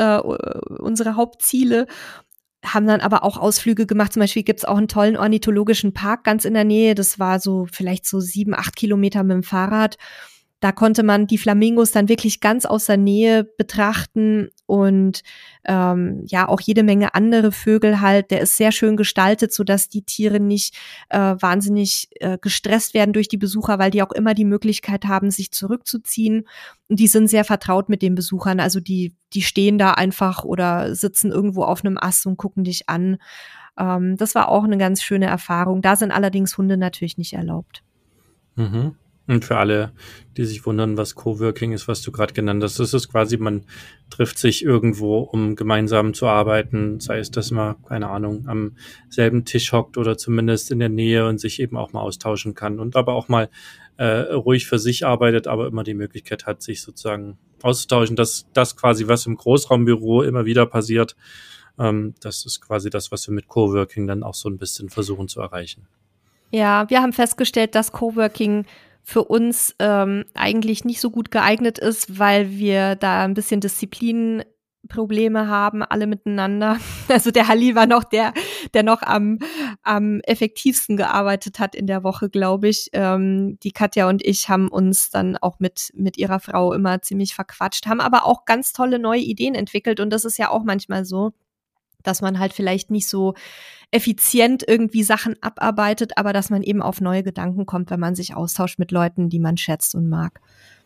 Hauptziele. Haben dann aber auch Ausflüge gemacht. Zum Beispiel gibt's auch einen tollen ornithologischen Park ganz in der Nähe. Das war so vielleicht so 7, 8 Kilometer mit dem Fahrrad. Da konnte man die Flamingos dann wirklich ganz aus der Nähe betrachten und auch jede Menge andere Vögel halt. Der ist sehr schön gestaltet, sodass die Tiere nicht wahnsinnig gestresst werden durch die Besucher, weil die auch immer die Möglichkeit haben, sich zurückzuziehen. Und die sind sehr vertraut mit den Besuchern. Also die stehen da einfach oder sitzen irgendwo auf einem Ast und gucken dich an. Das war auch eine ganz schöne Erfahrung. Da sind allerdings Hunde natürlich nicht erlaubt. Mhm. Und für alle, die sich wundern, was Coworking ist, was du gerade genannt hast, das ist quasi, man trifft sich irgendwo, um gemeinsam zu arbeiten, sei es, dass man, keine Ahnung, am selben Tisch hockt oder zumindest in der Nähe und sich eben auch mal austauschen kann und aber auch mal ruhig für sich arbeitet, aber immer die Möglichkeit hat, sich sozusagen auszutauschen. Das quasi, was im Großraumbüro immer wieder passiert, das ist quasi das, was wir mit Coworking dann auch so ein bisschen versuchen zu erreichen. Ja, wir haben festgestellt, dass Coworking für uns eigentlich nicht so gut geeignet ist, weil wir da ein bisschen Disziplinprobleme haben, alle miteinander. Also der Halli war noch der noch am effektivsten gearbeitet hat in der Woche, glaube ich. Die Katja und ich haben uns dann auch mit ihrer Frau immer ziemlich verquatscht, haben aber auch ganz tolle neue Ideen entwickelt. Und das ist ja auch manchmal so, dass man halt vielleicht nicht so effizient irgendwie Sachen abarbeitet, aber dass man eben auf neue Gedanken kommt, wenn man sich austauscht mit Leuten, die man schätzt und mag.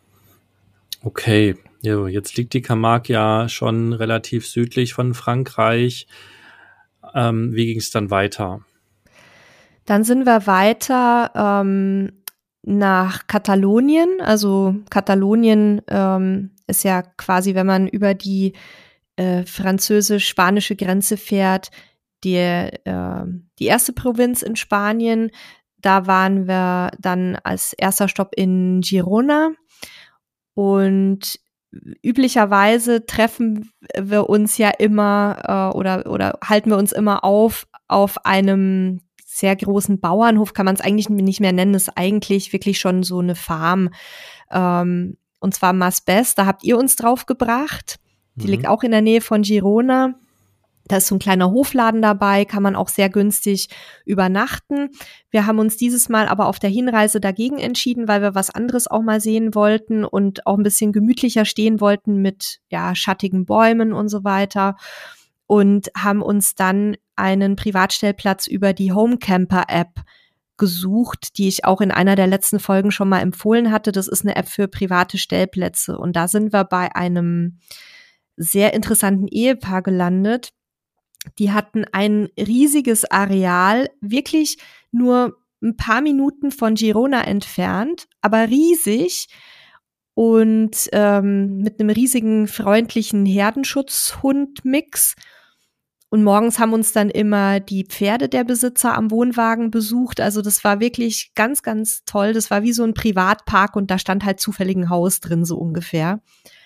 Okay, jo, jetzt liegt die Camargue ja schon relativ südlich von Frankreich. Wie ging es dann weiter? Dann sind wir weiter nach Katalonien. Also Katalonien ist ja quasi, wenn man über die französisch-spanische Grenze fährt, die erste Provinz in Spanien. Da waren wir dann als erster Stopp in Girona und üblicherweise treffen wir uns ja immer oder halten wir uns immer auf einem sehr großen Bauernhof, kann man es eigentlich nicht mehr nennen, ist eigentlich wirklich schon so eine Farm. Und zwar Masbes, da habt ihr uns drauf gebracht. Die liegt auch in der Nähe von Girona. Da ist so ein kleiner Hofladen dabei, kann man auch sehr günstig übernachten. Wir haben uns dieses Mal aber auf der Hinreise dagegen entschieden, weil wir was anderes auch mal sehen wollten und auch ein bisschen gemütlicher stehen wollten mit schattigen Bäumen und so weiter. Und haben uns dann einen Privatstellplatz über die Homecamper-App gesucht, die ich auch in einer der letzten Folgen schon mal empfohlen hatte. Das ist eine App für private Stellplätze. Und da sind wir bei einem sehr interessanten Ehepaar gelandet. Die hatten ein riesiges Areal, wirklich nur ein paar Minuten von Girona entfernt, aber riesig und mit einem riesigen freundlichen Herdenschutzhund-Mix. Und morgens haben uns dann immer die Pferde der Besitzer am Wohnwagen besucht. Also das war wirklich ganz, ganz toll. Das war wie so ein Privatpark und da stand halt zufällig ein Haus drin, so ungefähr.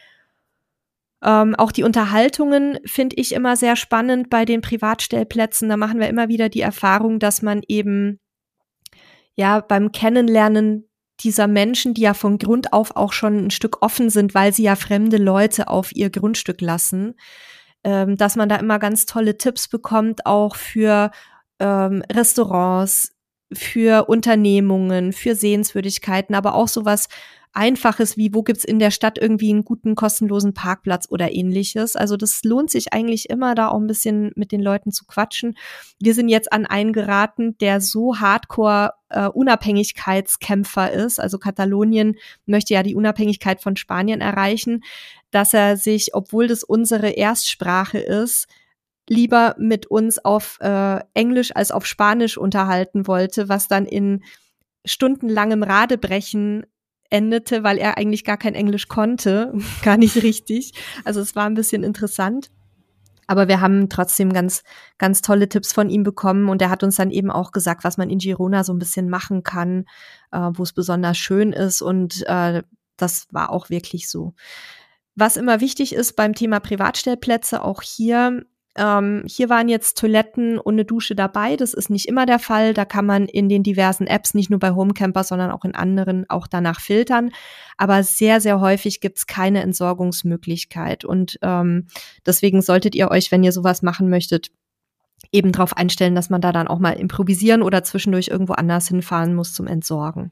Auch die Unterhaltungen finde ich immer sehr spannend bei den Privatstellplätzen. Da machen wir immer wieder die Erfahrung, dass man eben beim Kennenlernen dieser Menschen, die ja von Grund auf auch schon ein Stück offen sind, weil sie ja fremde Leute auf ihr Grundstück lassen, dass man da immer ganz tolle Tipps bekommt, auch für Restaurants, für Unternehmungen, für Sehenswürdigkeiten, aber auch sowas Einfaches wie, wo gibt's in der Stadt irgendwie einen guten, kostenlosen Parkplatz oder ähnliches. Also das lohnt sich eigentlich immer, da auch ein bisschen mit den Leuten zu quatschen. Wir sind jetzt an einen geraten, der so hardcore Unabhängigkeitskämpfer ist. Also Katalonien möchte ja die Unabhängigkeit von Spanien erreichen, dass er sich, obwohl das unsere Erstsprache ist, lieber mit uns auf Englisch als auf Spanisch unterhalten wollte, was dann in stundenlangem Radebrechen endete, weil er eigentlich gar kein Englisch konnte, gar nicht richtig. Also es war ein bisschen interessant. Aber wir haben trotzdem ganz, ganz tolle Tipps von ihm bekommen und er hat uns dann eben auch gesagt, was man in Girona so ein bisschen machen kann, wo es besonders schön ist und das war auch wirklich so. Was immer wichtig ist beim Thema Privatstellplätze, auch hier waren jetzt Toiletten und eine Dusche dabei. Das ist nicht immer der Fall. Da kann man in den diversen Apps, nicht nur bei Homecamper, sondern auch in anderen, auch danach filtern. Aber sehr, sehr häufig gibt's keine Entsorgungsmöglichkeit. Und deswegen solltet ihr euch, wenn ihr sowas machen möchtet, eben darauf einstellen, dass man da dann auch mal improvisieren oder zwischendurch irgendwo anders hinfahren muss zum Entsorgen.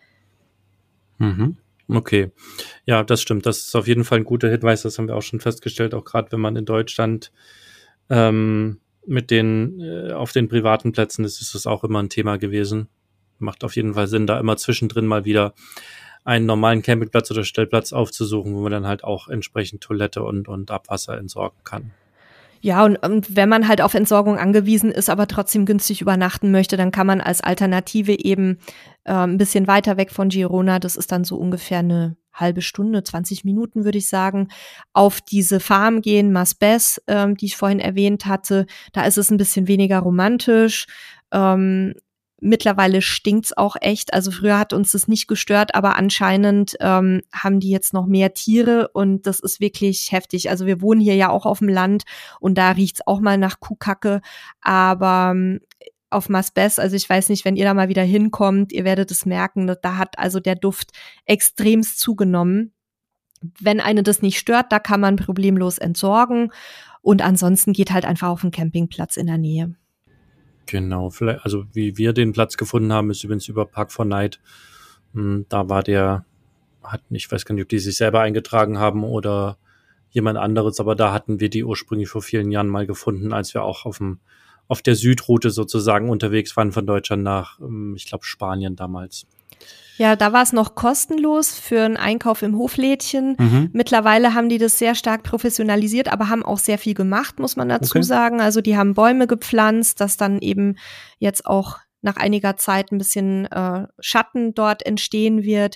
Okay. Ja, das stimmt. Das ist auf jeden Fall ein guter Hinweis. Das haben wir auch schon festgestellt, auch gerade wenn man in Deutschland mit auf den privaten Plätzen ist es auch immer ein Thema gewesen. Macht auf jeden Fall Sinn, da immer zwischendrin mal wieder einen normalen Campingplatz oder Stellplatz aufzusuchen, wo man dann halt auch entsprechend Toilette und Abwasser entsorgen kann. Ja, und wenn man halt auf Entsorgung angewiesen ist, aber trotzdem günstig übernachten möchte, dann kann man als Alternative eben ein bisschen weiter weg von Girona, das ist dann so ungefähr eine halbe Stunde, 20 Minuten würde ich sagen, auf diese Farm gehen, Masbes, die ich vorhin erwähnt hatte. Da ist es ein bisschen weniger romantisch. Mittlerweile stinkt's auch echt. Also früher hat uns das nicht gestört, aber anscheinend haben die jetzt noch mehr Tiere und das ist wirklich heftig. Also wir wohnen hier ja auch auf dem Land und da riecht's auch mal nach Kuhkacke, aber auf Masbes, also ich weiß nicht, wenn ihr da mal wieder hinkommt, ihr werdet es merken, da hat also der Duft extremst zugenommen. Wenn eine das nicht stört, da kann man problemlos entsorgen und ansonsten geht halt einfach auf einen Campingplatz in der Nähe. Genau, vielleicht, also wie wir den Platz gefunden haben, ist übrigens über Park4Night. Da war ich weiß gar nicht, ob die sich selber eingetragen haben oder jemand anderes, aber da hatten wir die ursprünglich vor vielen Jahren mal gefunden, als wir auch auf der Südroute sozusagen unterwegs waren von Deutschland nach, ich glaube, Spanien damals. Ja, da war es noch kostenlos für einen Einkauf im Hoflädchen. Mittlerweile haben die das sehr stark professionalisiert, aber haben auch sehr viel gemacht, muss man dazu sagen. Also die haben Bäume gepflanzt, dass dann eben jetzt auch nach einiger Zeit ein bisschen Schatten dort entstehen wird.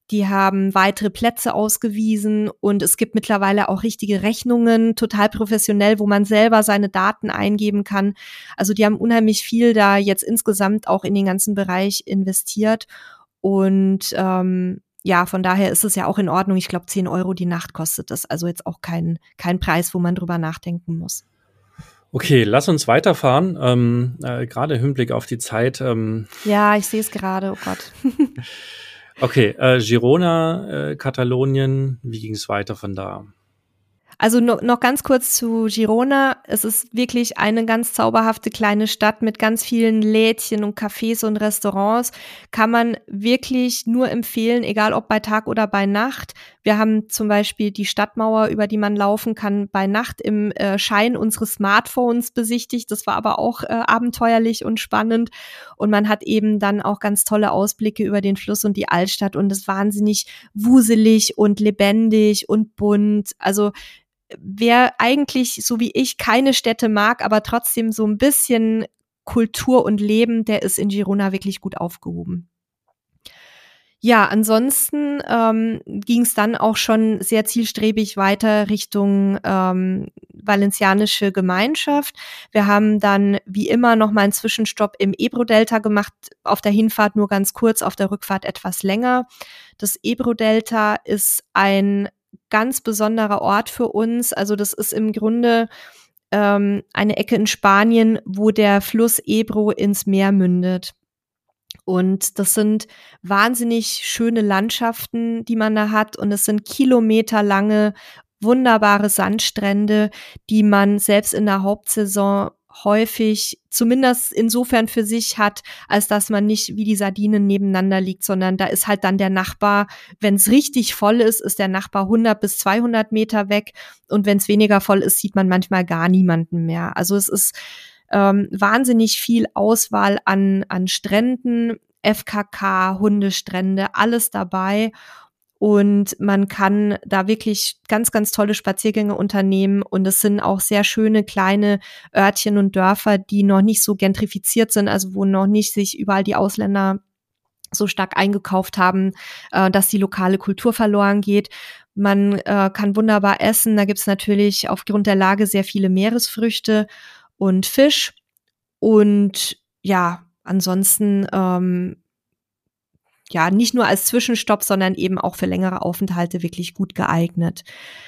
Die haben weitere Plätze ausgewiesen und es gibt mittlerweile auch richtige Rechnungen, total professionell, wo man selber seine Daten eingeben kann. Also die haben unheimlich viel da jetzt insgesamt auch in den ganzen Bereich investiert und ja, von daher ist es ja auch in Ordnung. Ich glaube, 10 Euro die Nacht kostet das. Also jetzt auch kein Preis, wo man drüber nachdenken muss. Okay, lass uns weiterfahren. Gerade im Hinblick auf die Zeit. Ja, ich sehe es gerade, oh Gott. Okay, Girona, Katalonien, wie ging es weiter von da? Also noch ganz kurz zu Girona. Es ist wirklich eine ganz zauberhafte kleine Stadt mit ganz vielen Lädchen und Cafés und Restaurants. Kann man wirklich nur empfehlen, egal ob bei Tag oder bei Nacht. Wir haben zum Beispiel die Stadtmauer, über die man laufen kann, bei Nacht im Schein unseres Smartphones besichtigt. Das war aber auch abenteuerlich und spannend. Und man hat eben dann auch ganz tolle Ausblicke über den Fluss und die Altstadt. Und es ist wahnsinnig wuselig und lebendig und bunt. Also wer eigentlich, so wie ich, keine Städte mag, aber trotzdem so ein bisschen Kultur und Leben, der ist in Girona wirklich gut aufgehoben. Ja, ansonsten ging es dann auch schon sehr zielstrebig weiter Richtung valencianische Gemeinschaft. Wir haben dann wie immer noch mal einen Zwischenstopp im Ebro-Delta gemacht, auf der Hinfahrt nur ganz kurz, auf der Rückfahrt etwas länger. Das Ebro-Delta ist ein ganz besonderer Ort für uns. Also das ist im Grunde eine Ecke in Spanien, wo der Fluss Ebro ins Meer mündet. Und das sind wahnsinnig schöne Landschaften, die man da hat. Und es sind kilometerlange, wunderbare Sandstrände, die man selbst in der Hauptsaison häufig zumindest insofern für sich hat, als dass man nicht wie die Sardinen nebeneinander liegt, sondern da ist halt dann der Nachbar, wenn es richtig voll ist der Nachbar 100 bis 200 Meter weg und wenn es weniger voll ist, sieht man manchmal gar niemanden mehr. Also es ist wahnsinnig viel Auswahl an Stränden, FKK, Hundestrände, alles dabei. Und man kann da wirklich ganz, ganz tolle Spaziergänge unternehmen. Und es sind auch sehr schöne kleine Örtchen und Dörfer, die noch nicht so gentrifiziert sind, also wo noch nicht sich überall die Ausländer so stark eingekauft haben, dass die lokale Kultur verloren geht. Man kann wunderbar essen. Da gibt's natürlich aufgrund der Lage sehr viele Meeresfrüchte und Fisch. Und ja, ansonsten ja, nicht nur als Zwischenstopp, sondern eben auch für längere Aufenthalte wirklich gut geeignet.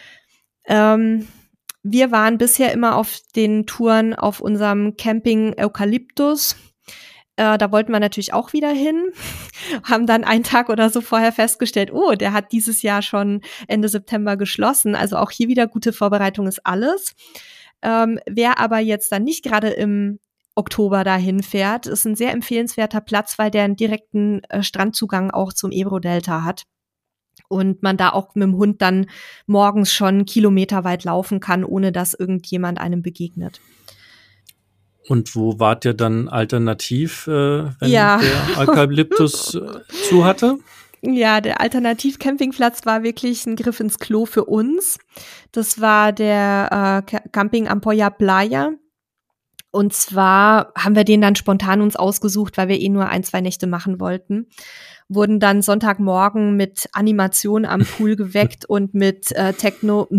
Wir waren bisher immer auf den Touren auf unserem Camping Eukalyptus. Da wollten wir natürlich auch wieder hin, haben dann einen Tag oder so vorher festgestellt, oh, der hat dieses Jahr schon Ende September geschlossen. Also auch hier wieder gute Vorbereitung ist alles. Wer aber jetzt dann nicht gerade im Oktober dahin fährt, ist ein sehr empfehlenswerter Platz, weil der einen direkten Strandzugang auch zum Ebro-Delta hat und man da auch mit dem Hund dann morgens schon kilometerweit laufen kann, ohne dass irgendjemand einem begegnet. Und wo wart ihr dann alternativ, wenn der Eukalyptus zu hatte? Ja, der Alternativ-Campingplatz war wirklich ein Griff ins Klo für uns. Das war der Camping Ampolla Playa. Und zwar haben wir den dann spontan uns ausgesucht, weil wir nur 1-2 Nächte machen wollten. Wurden dann Sonntagmorgen mit Animation am Pool geweckt und mit Techno.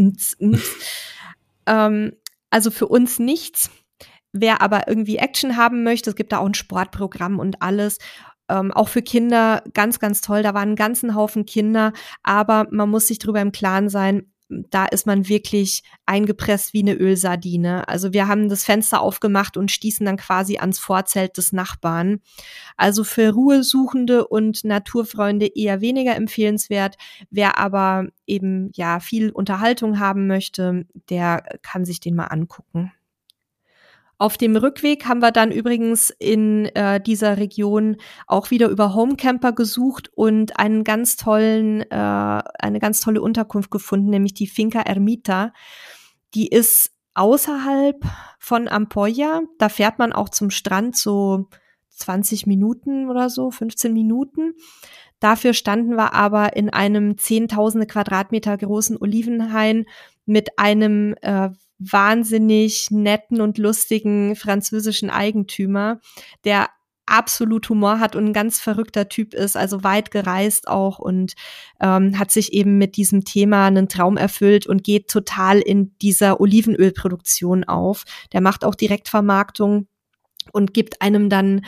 Also für uns nichts. Wer aber irgendwie Action haben möchte, es gibt da auch ein Sportprogramm und alles. Auch für Kinder ganz, ganz toll. Da waren einen ganzen Haufen Kinder, aber man muss sich drüber im Klaren sein, da ist man wirklich eingepresst wie eine Ölsardine. Also wir haben das Fenster aufgemacht und stießen dann quasi ans Vorzelt des Nachbarn. Also für Ruhesuchende und Naturfreunde eher weniger empfehlenswert. Wer aber eben ja viel Unterhaltung haben möchte, der kann sich den mal angucken. Auf dem Rückweg haben wir dann übrigens in dieser Region auch wieder über Homecamper gesucht und eine ganz tolle Unterkunft gefunden, nämlich die Finca Ermita. Die ist außerhalb von Ampolla. Da fährt man auch zum Strand so 20 Minuten oder so, 15 Minuten. Dafür standen wir aber in einem 10.000 Quadratmeter großen Olivenhain mit einem wahnsinnig netten und lustigen französischen Eigentümer, der absolut Humor hat und ein ganz verrückter Typ ist, also weit gereist auch und hat sich eben mit diesem Thema einen Traum erfüllt und geht total in dieser Olivenölproduktion auf. Der macht auch Direktvermarktung und gibt einem dann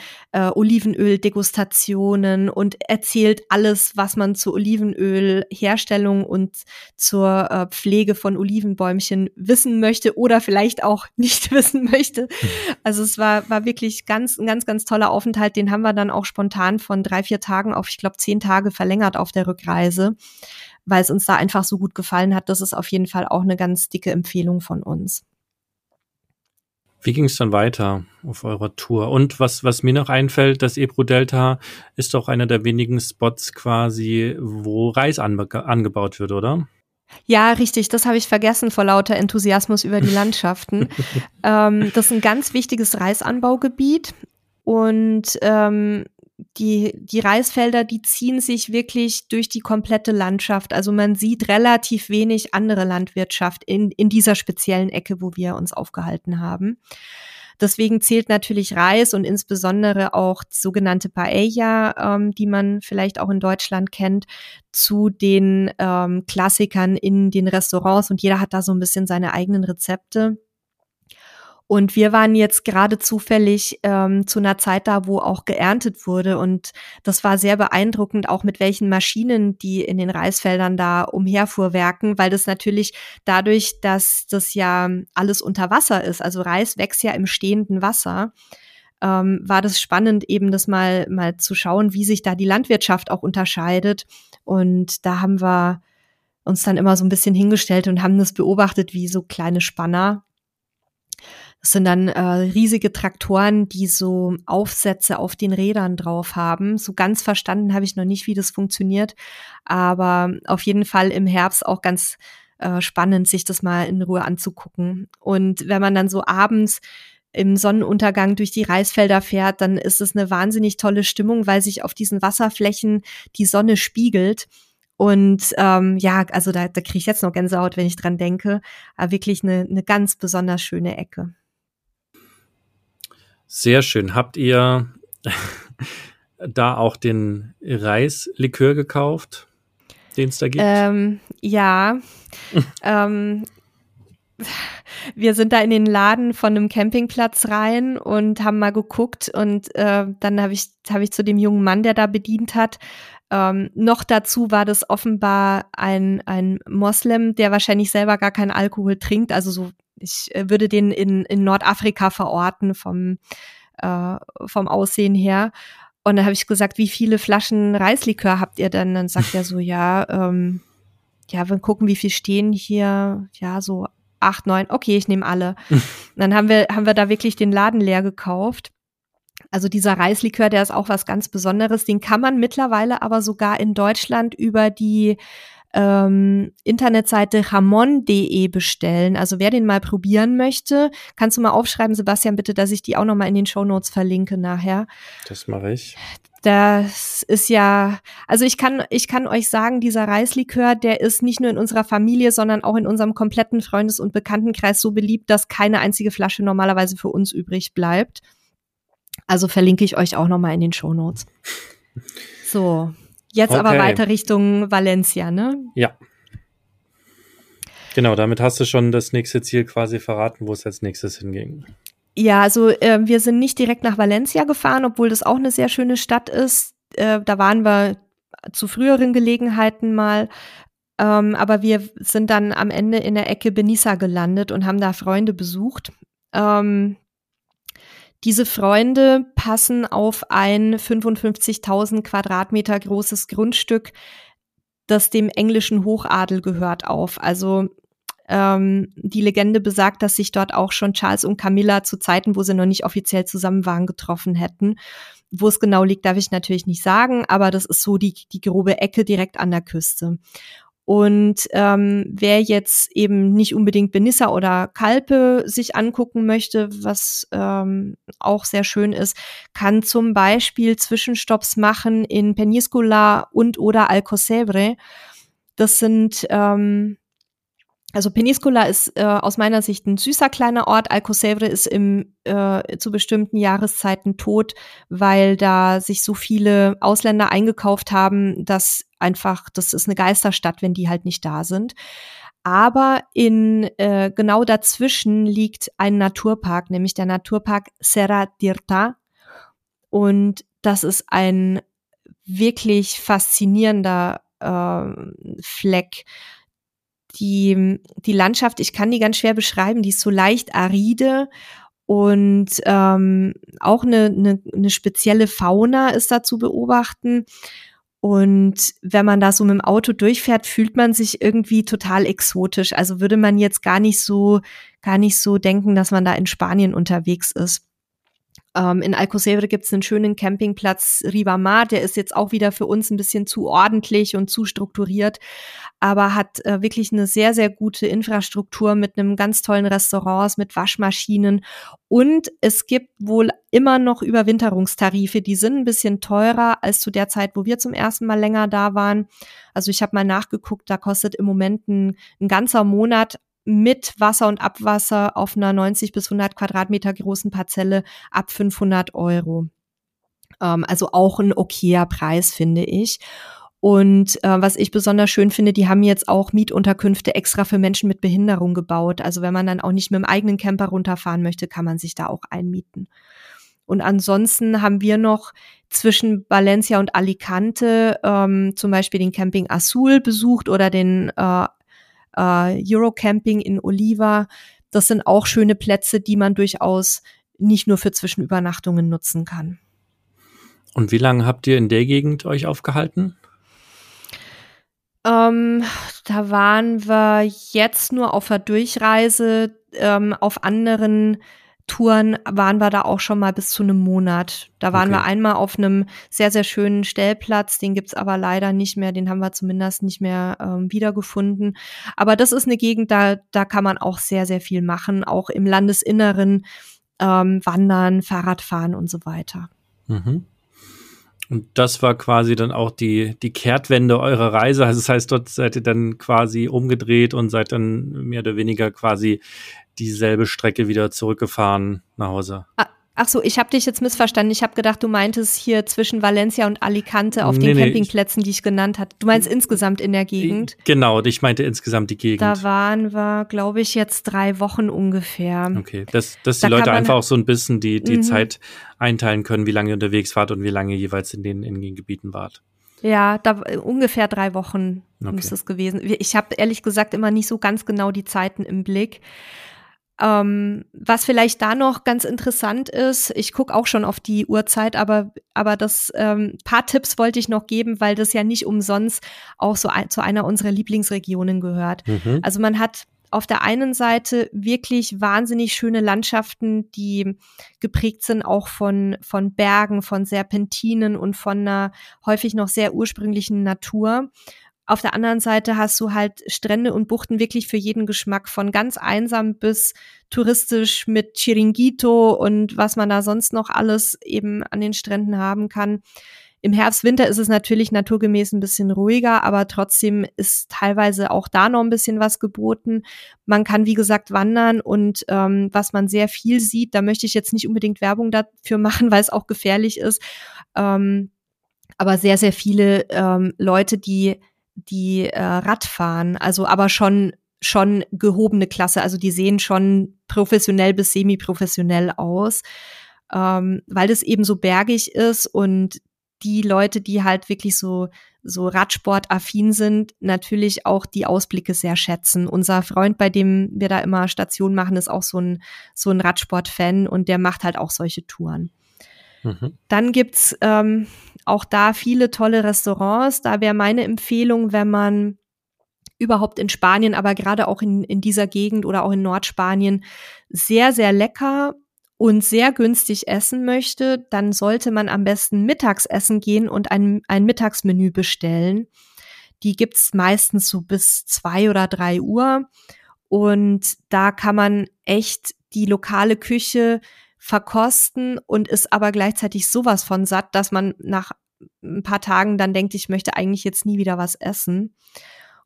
Olivenöl-Degustationen und erzählt alles, was man zur Olivenölherstellung und zur Pflege von Olivenbäumchen wissen möchte oder vielleicht auch nicht wissen möchte. Also es war wirklich ein ganz toller Aufenthalt. Den haben wir dann auch spontan von 3-4 Tagen auf, ich glaube, 10 Tage verlängert auf der Rückreise, weil es uns da einfach so gut gefallen hat. Das ist auf jeden Fall auch eine ganz dicke Empfehlung von uns. Wie ging es dann weiter auf eurer Tour? Und was mir noch einfällt, das Ebro-Delta ist doch einer der wenigen Spots quasi, wo Reis angebaut wird, oder? Ja, richtig, das habe ich vergessen vor lauter Enthusiasmus über die Landschaften. Das ist ein ganz wichtiges Reisanbaugebiet und die Reisfelder, die ziehen sich wirklich durch die komplette Landschaft. Also man sieht relativ wenig andere Landwirtschaft in dieser speziellen Ecke, wo wir uns aufgehalten haben. Deswegen zählt natürlich Reis und insbesondere auch die sogenannte Paella, die man vielleicht auch in Deutschland kennt, zu den Klassikern in den Restaurants und jeder hat da so ein bisschen seine eigenen Rezepte. Und wir waren jetzt gerade zufällig zu einer Zeit da, wo auch geerntet wurde. Und das war sehr beeindruckend, auch mit welchen Maschinen die in den Reisfeldern da umherfuhrwerken, weil das natürlich dadurch, dass das ja alles unter Wasser ist, also Reis wächst ja im stehenden Wasser, war das spannend, eben das mal zu schauen, wie sich da die Landwirtschaft auch unterscheidet. Und da haben wir uns dann immer so ein bisschen hingestellt und haben das beobachtet wie so kleine Spanner. Das sind dann riesige Traktoren, die so Aufsätze auf den Rädern drauf haben. So ganz verstanden habe ich noch nicht, wie das funktioniert, aber auf jeden Fall im Herbst auch ganz spannend, sich das mal in Ruhe anzugucken. Und wenn man dann so abends im Sonnenuntergang durch die Reisfelder fährt, dann ist es eine wahnsinnig tolle Stimmung, weil sich auf diesen Wasserflächen die Sonne spiegelt. Und also da kriege ich jetzt noch Gänsehaut, wenn ich dran denke. Aber wirklich eine ganz besonders schöne Ecke. Sehr schön. Habt ihr da auch den Reislikör gekauft, den es da gibt? Ja. Wir sind da in den Laden von einem Campingplatz rein und haben mal geguckt und dann habe ich zu dem jungen Mann, der da bedient hat, noch dazu war das offenbar ein Moslem, der wahrscheinlich selber gar keinen Alkohol trinkt. Also so, ich würde den in Nordafrika verorten vom Aussehen her. Und dann habe ich gesagt, wie viele Flaschen Reislikör habt ihr denn? Dann sagt er so, wir gucken, wie viel stehen hier. Ja, so 8, 9. Okay, ich nehme alle. Dann haben wir da wirklich den Laden leer gekauft. Also dieser Reislikör, der ist auch was ganz Besonderes. Den kann man mittlerweile aber sogar in Deutschland über die Internetseite jamon.de bestellen. Also wer den mal probieren möchte, kannst du mal aufschreiben, Sebastian, bitte, dass ich die auch nochmal in den Shownotes verlinke nachher. Das mache ich. Das ist ja, also ich kann euch sagen, dieser Reislikör, der ist nicht nur in unserer Familie, sondern auch in unserem kompletten Freundes- und Bekanntenkreis so beliebt, dass keine einzige Flasche normalerweise für uns übrig bleibt. Also verlinke ich euch auch nochmal in den Shownotes. So, jetzt aber weiter Richtung Valencia, ne? Ja. Genau, damit hast du schon das nächste Ziel quasi verraten, wo es als nächstes hinging. Ja, also wir sind nicht direkt nach Valencia gefahren, obwohl das auch eine sehr schöne Stadt ist. Da waren wir zu früheren Gelegenheiten mal. Aber wir sind dann am Ende in der Ecke Benissa gelandet und haben da Freunde besucht. Diese Freunde passen auf ein 55.000 Quadratmeter großes Grundstück, das dem englischen Hochadel gehört, auf. Also die Legende besagt, dass sich dort auch schon Charles und Camilla zu Zeiten, wo sie noch nicht offiziell zusammen waren, getroffen hätten. Wo es genau liegt, darf ich natürlich nicht sagen, aber das ist so die grobe Ecke direkt an der Küste. Und wer jetzt eben nicht unbedingt Benissa oder Calpe sich angucken möchte, was auch sehr schön ist, kann zum Beispiel Zwischenstopps machen in Peñíscola und oder Alcocebre. Das sind Also Peníscola ist aus meiner Sicht ein süßer kleiner Ort. Alcocebre ist zu bestimmten Jahreszeiten tot, weil da sich so viele Ausländer eingekauft haben, dass einfach, das ist eine Geisterstadt, wenn die halt nicht da sind. Aber genau dazwischen liegt ein Naturpark, nämlich der Naturpark Serra d'Irta. Und das ist ein wirklich faszinierender Fleck. Die Landschaft, ich kann die ganz schwer beschreiben, die ist so leicht aride und auch eine spezielle Fauna ist da zu beobachten. Und wenn man da so mit dem Auto durchfährt, fühlt man sich irgendwie total exotisch. Also würde man jetzt gar nicht so denken, dass man da in Spanien unterwegs ist. In Alcocebre gibt es einen schönen Campingplatz Ribamar, der ist jetzt auch wieder für uns ein bisschen zu ordentlich und zu strukturiert, aber hat wirklich eine sehr, sehr gute Infrastruktur mit einem ganz tollen Restaurants, mit Waschmaschinen, und es gibt wohl immer noch Überwinterungstarife, die sind ein bisschen teurer als zu der Zeit, wo wir zum ersten Mal länger da waren. Also ich habe mal nachgeguckt, da kostet im Moment ein ganzer Monat mit Wasser und Abwasser auf einer 90 bis 100 Quadratmeter großen Parzelle ab 500 €. Also auch ein okayer Preis, finde ich. Und was ich besonders schön finde, die haben jetzt auch Mietunterkünfte extra für Menschen mit Behinderung gebaut. Also wenn man dann auch nicht mit dem eigenen Camper runterfahren möchte, kann man sich da auch einmieten. Und ansonsten haben wir noch zwischen Valencia und Alicante zum Beispiel den Camping Azul besucht oder den Eurocamping in Oliva. Das sind auch schöne Plätze, die man durchaus nicht nur für Zwischenübernachtungen nutzen kann. Und wie lange habt ihr in der Gegend euch aufgehalten? Da waren wir jetzt nur auf der Durchreise. Auf anderen Touren waren wir da auch schon mal bis zu einem Monat. Da waren wir einmal auf einem sehr, sehr schönen Stellplatz, den gibt's aber leider nicht mehr, den haben wir zumindest nicht mehr wiedergefunden. Aber das ist eine Gegend, da kann man auch sehr, sehr viel machen, auch im Landesinneren, wandern, Fahrradfahren und so weiter. Mhm. Und das war quasi dann auch die Kehrtwende eurer Reise. Also das heißt, dort seid ihr dann quasi umgedreht und seid dann mehr oder weniger quasi dieselbe Strecke wieder zurückgefahren nach Hause. Ach so, ich habe dich jetzt missverstanden. Ich habe gedacht, du meintest hier zwischen Valencia und Alicante auf den Campingplätzen, die ich genannt hatte. Du meinst insgesamt in der Gegend? Genau, ich meinte insgesamt die Gegend. Da waren wir, glaube ich, jetzt 3 Wochen ungefähr. Okay, dass die Leute einfach auch so ein bisschen die Zeit einteilen können, wie lange ihr unterwegs wart und wie lange jeweils in den Gebieten wart. Ja, da ungefähr 3 Wochen muss es gewesen. Ich habe ehrlich gesagt immer nicht so ganz genau die Zeiten im Blick. Was vielleicht da noch ganz interessant ist, ich gucke auch schon auf die Uhrzeit, aber das paar Tipps wollte ich noch geben, weil das ja nicht umsonst auch so zu einer unserer Lieblingsregionen gehört. Mhm. Also man hat auf der einen Seite wirklich wahnsinnig schöne Landschaften, die geprägt sind auch von Bergen, von Serpentinen und von einer häufig noch sehr ursprünglichen Natur. Auf der anderen Seite hast du halt Strände und Buchten wirklich für jeden Geschmack, von ganz einsam bis touristisch mit Chiringuito und was man da sonst noch alles eben an den Stränden haben kann. Im Herbst, Winter ist es natürlich naturgemäß ein bisschen ruhiger, aber trotzdem ist teilweise auch da noch ein bisschen was geboten. Man kann, wie gesagt, wandern und was man sehr viel sieht, da möchte ich jetzt nicht unbedingt Werbung dafür machen, weil es auch gefährlich ist, aber sehr, sehr viele Leute, die Radfahren, also aber schon gehobene Klasse, also die sehen schon professionell bis semi-professionell aus, weil das eben so bergig ist und die Leute, die halt wirklich so Radsport-affin sind, natürlich auch die Ausblicke sehr schätzen. Unser Freund, bei dem wir da immer Station machen, ist auch so ein Radsport-Fan und der macht halt auch solche Touren. Mhm. Dann gibt's auch da viele tolle Restaurants. Da wäre meine Empfehlung, wenn man überhaupt in Spanien, aber gerade auch in dieser Gegend oder auch in Nordspanien sehr, sehr lecker und sehr günstig essen möchte, dann sollte man am besten mittags essen gehen und ein Mittagsmenü bestellen. Die gibt's meistens so bis 2 oder 3 Uhr. Und da kann man echt die lokale Küche verkosten und ist aber gleichzeitig sowas von satt, dass man nach ein paar Tagen dann denkt, ich möchte eigentlich jetzt nie wieder was essen.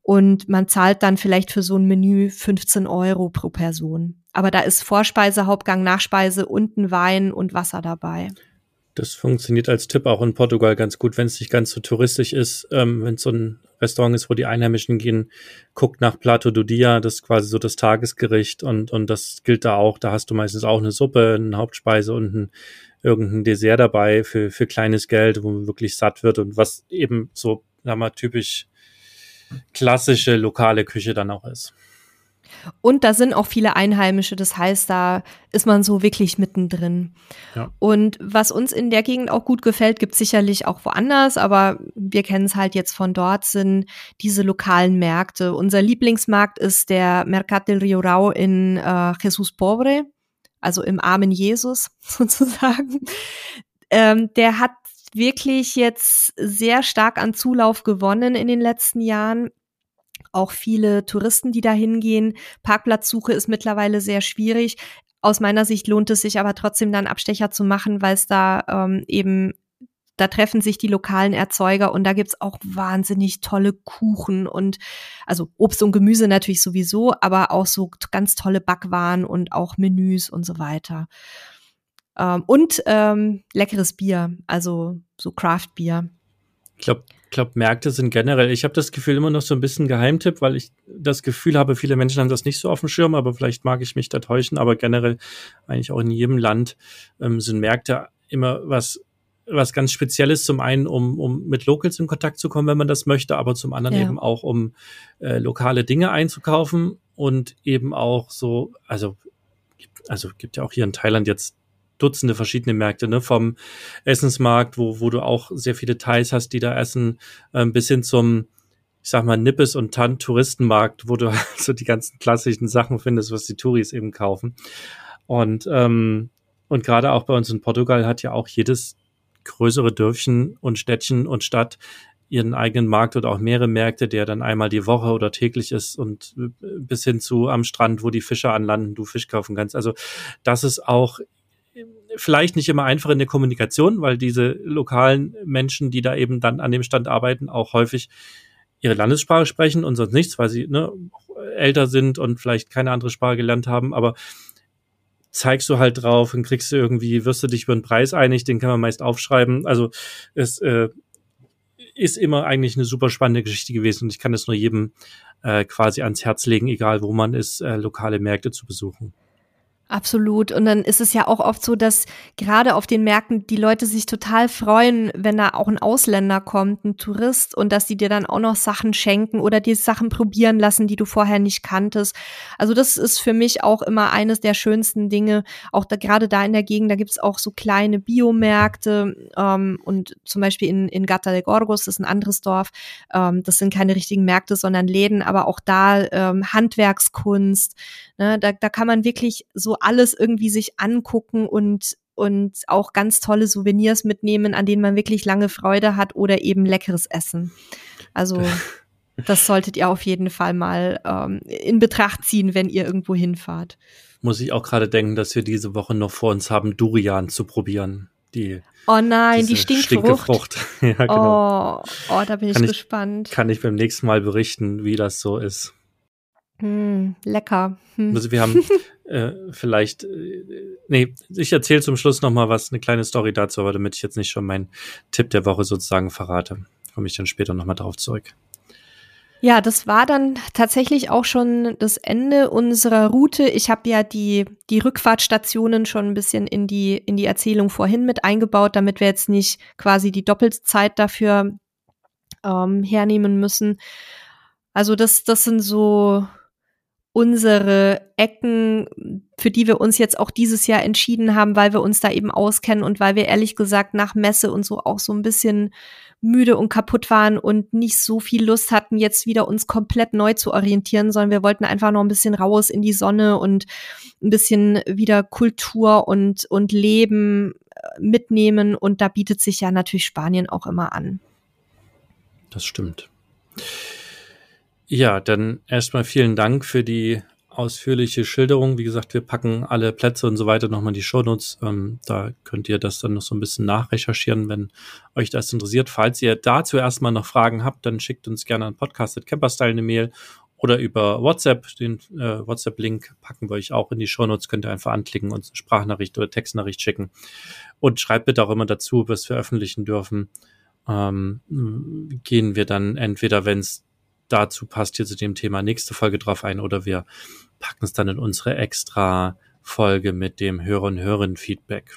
und man zahlt dann vielleicht für so ein Menü 15 € pro Person. Aber da ist Vorspeise, Hauptgang, Nachspeise und ein Wein und Wasser dabei. Das funktioniert als Tipp auch in Portugal ganz gut, wenn es nicht ganz so touristisch ist. Wenn es so ein Restaurant ist, wo die Einheimischen gehen, guckt nach Prato do Dia, das ist quasi so das Tagesgericht und das gilt da auch. Da hast du meistens auch eine Suppe, eine Hauptspeise und irgendein Dessert dabei für kleines Geld, wo man wirklich satt wird und was eben so, sagen wir mal, typisch klassische lokale Küche dann auch ist. Und da sind auch viele Einheimische, das heißt, da ist man so wirklich mittendrin. Ja. Und was uns in der Gegend auch gut gefällt, gibt es sicherlich auch woanders, aber wir kennen es halt jetzt von dort, sind diese lokalen Märkte. Unser Lieblingsmarkt ist der Mercat del Rio Rau in Jesús Pobre, also im armen Jesus sozusagen. Der hat wirklich jetzt sehr stark an Zulauf gewonnen in den letzten Jahren. Auch viele Touristen, die da hingehen. Parkplatzsuche ist mittlerweile sehr schwierig. Aus meiner Sicht lohnt es sich aber trotzdem dann Abstecher zu machen, weil es da da treffen sich die lokalen Erzeuger und da gibt's auch wahnsinnig tolle Kuchen und also Obst und Gemüse natürlich sowieso, aber auch so ganz tolle Backwaren und auch Menüs und so weiter. Und leckeres Bier, also so Craft-Bier. Ich glaube, Märkte sind generell, ich habe das Gefühl immer noch so ein bisschen Geheimtipp, weil ich das Gefühl habe, viele Menschen haben das nicht so auf dem Schirm, aber vielleicht mag ich mich da täuschen, aber generell eigentlich auch in jedem Land sind Märkte immer was ganz Spezielles, zum einen, um mit Locals in Kontakt zu kommen, wenn man das möchte, aber zum anderen eben auch, um lokale Dinge einzukaufen und eben auch so, also gibt ja auch hier in Thailand jetzt Dutzende verschiedene Märkte, ne, vom Essensmarkt, wo du auch sehr viele Thais hast, die da essen, bis hin zum, ich sag mal, Nippes- und Touristenmarkt, wo du so die ganzen klassischen Sachen findest, was die Touris eben kaufen. Und gerade auch bei uns in Portugal hat ja auch jedes größere Dörfchen und Städtchen und Stadt ihren eigenen Markt oder auch mehrere Märkte, der dann einmal die Woche oder täglich ist und bis hin zu am Strand, wo die Fischer anlanden, du Fisch kaufen kannst. Also das ist auch vielleicht nicht immer einfach in der Kommunikation, weil diese lokalen Menschen, die da eben dann an dem Stand arbeiten, auch häufig ihre Landessprache sprechen und sonst nichts, weil sie älter sind und vielleicht keine andere Sprache gelernt haben, aber zeigst du halt drauf und wirst du dich über den Preis einig, den kann man meist aufschreiben. Also es ist immer eigentlich eine super spannende Geschichte gewesen und ich kann es nur jedem quasi ans Herz legen, egal wo man ist, lokale Märkte zu besuchen. Absolut. Und dann ist es ja auch oft so, dass gerade auf den Märkten die Leute sich total freuen, wenn da auch ein Ausländer kommt, ein Tourist, und dass die dir dann auch noch Sachen schenken oder dir Sachen probieren lassen, die du vorher nicht kanntest. Also das ist für mich auch immer eines der schönsten Dinge. Auch gerade da in der Gegend, da gibt's auch so kleine Biomärkte und zum Beispiel in Gata de Gorgos, das ist ein anderes Dorf, das sind keine richtigen Märkte, sondern Läden, aber auch da Handwerkskunst, ne, da kann man wirklich so alles irgendwie sich angucken und auch ganz tolle Souvenirs mitnehmen, an denen man wirklich lange Freude hat oder eben leckeres Essen. Also das solltet ihr auf jeden Fall mal in Betracht ziehen, wenn ihr irgendwo hinfahrt. Muss ich auch gerade denken, dass wir diese Woche noch vor uns haben, Durian zu probieren. Oh nein, die Stinkfrucht. Ja, genau. Oh, da bin ich gespannt. Kann ich beim nächsten Mal berichten, wie das so ist. Lecker. Also wir haben ich erzähle zum Schluss noch mal eine kleine Story dazu, aber damit ich jetzt nicht schon meinen Tipp der Woche sozusagen verrate, komme ich dann später noch mal drauf zurück. Ja, das war dann tatsächlich auch schon das Ende unserer Route. Ich habe ja die Rückfahrtstationen schon ein bisschen in die Erzählung vorhin mit eingebaut, damit wir jetzt nicht quasi die doppelte Zeit dafür hernehmen müssen. Also das sind so unsere Ecken, für die wir uns jetzt auch dieses Jahr entschieden haben, weil wir uns da eben auskennen und weil wir ehrlich gesagt nach Messe und so auch so ein bisschen müde und kaputt waren und nicht so viel Lust hatten, jetzt wieder uns komplett neu zu orientieren, sondern wir wollten einfach noch ein bisschen raus in die Sonne und ein bisschen wieder Kultur und Leben mitnehmen, und da bietet sich ja natürlich Spanien auch immer an. Das stimmt. Ja, dann erstmal vielen Dank für die ausführliche Schilderung. Wie gesagt, wir packen alle Plätze und so weiter nochmal in die Shownotes. Da könnt ihr das dann noch so ein bisschen nachrecherchieren, wenn euch das interessiert. Falls ihr dazu erstmal noch Fragen habt, dann schickt uns gerne an podcast@camperstyle eine Mail oder über WhatsApp. Den WhatsApp-Link packen wir euch auch in die Shownotes. Könnt ihr einfach anklicken, uns eine Sprachnachricht oder Textnachricht schicken. Und schreibt bitte auch immer dazu, was wir veröffentlichen dürfen. Gehen wir dann entweder, wenn es dazu passt, hier zu dem Thema nächste Folge drauf ein, oder wir packen es dann in unsere extra Folge mit dem Hörer- und Hörerinnen-Feedback.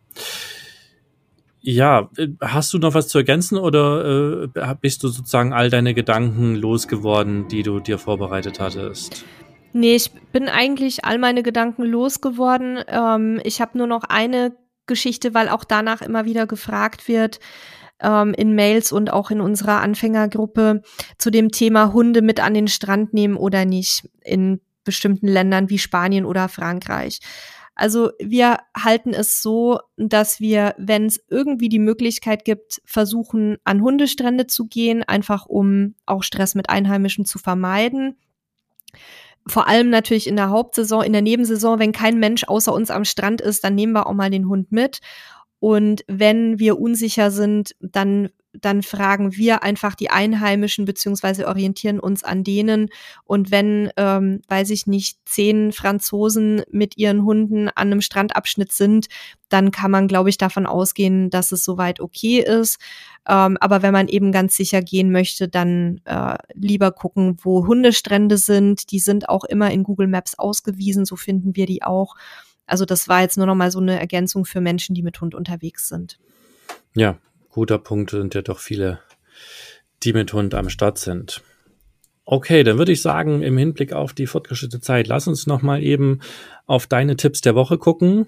Ja, hast du noch was zu ergänzen oder bist du sozusagen all deine Gedanken losgeworden, die du dir vorbereitet hattest? Nee, ich bin eigentlich all meine Gedanken losgeworden. Ich habe nur noch eine Geschichte, weil auch danach immer wieder gefragt wird, in Mails und auch in unserer Anfängergruppe zu dem Thema Hunde mit an den Strand nehmen oder nicht in bestimmten Ländern wie Spanien oder Frankreich. Also wir halten es so, dass wir, wenn es irgendwie die Möglichkeit gibt, versuchen, an Hundestrände zu gehen, einfach um auch Stress mit Einheimischen zu vermeiden. Vor allem natürlich in der Hauptsaison, in der Nebensaison, wenn kein Mensch außer uns am Strand ist, dann nehmen wir auch mal den Hund mit. Und wenn wir unsicher sind, dann fragen wir einfach die Einheimischen beziehungsweise orientieren uns an denen. Und wenn, weiß ich nicht, 10 Franzosen mit ihren Hunden an einem Strandabschnitt sind, dann kann man, glaube ich, davon ausgehen, dass es soweit okay ist. Aber wenn man eben ganz sicher gehen möchte, dann lieber gucken, wo Hundestrände sind. Die sind auch immer in Google Maps ausgewiesen, so finden wir die auch. Also das war jetzt nur noch mal so eine Ergänzung für Menschen, die mit Hund unterwegs sind. Ja, guter Punkt, sind ja doch viele, die mit Hund am Start sind. Okay, dann würde ich sagen, im Hinblick auf die fortgeschrittene Zeit, lass uns noch mal eben auf deine Tipps der Woche gucken.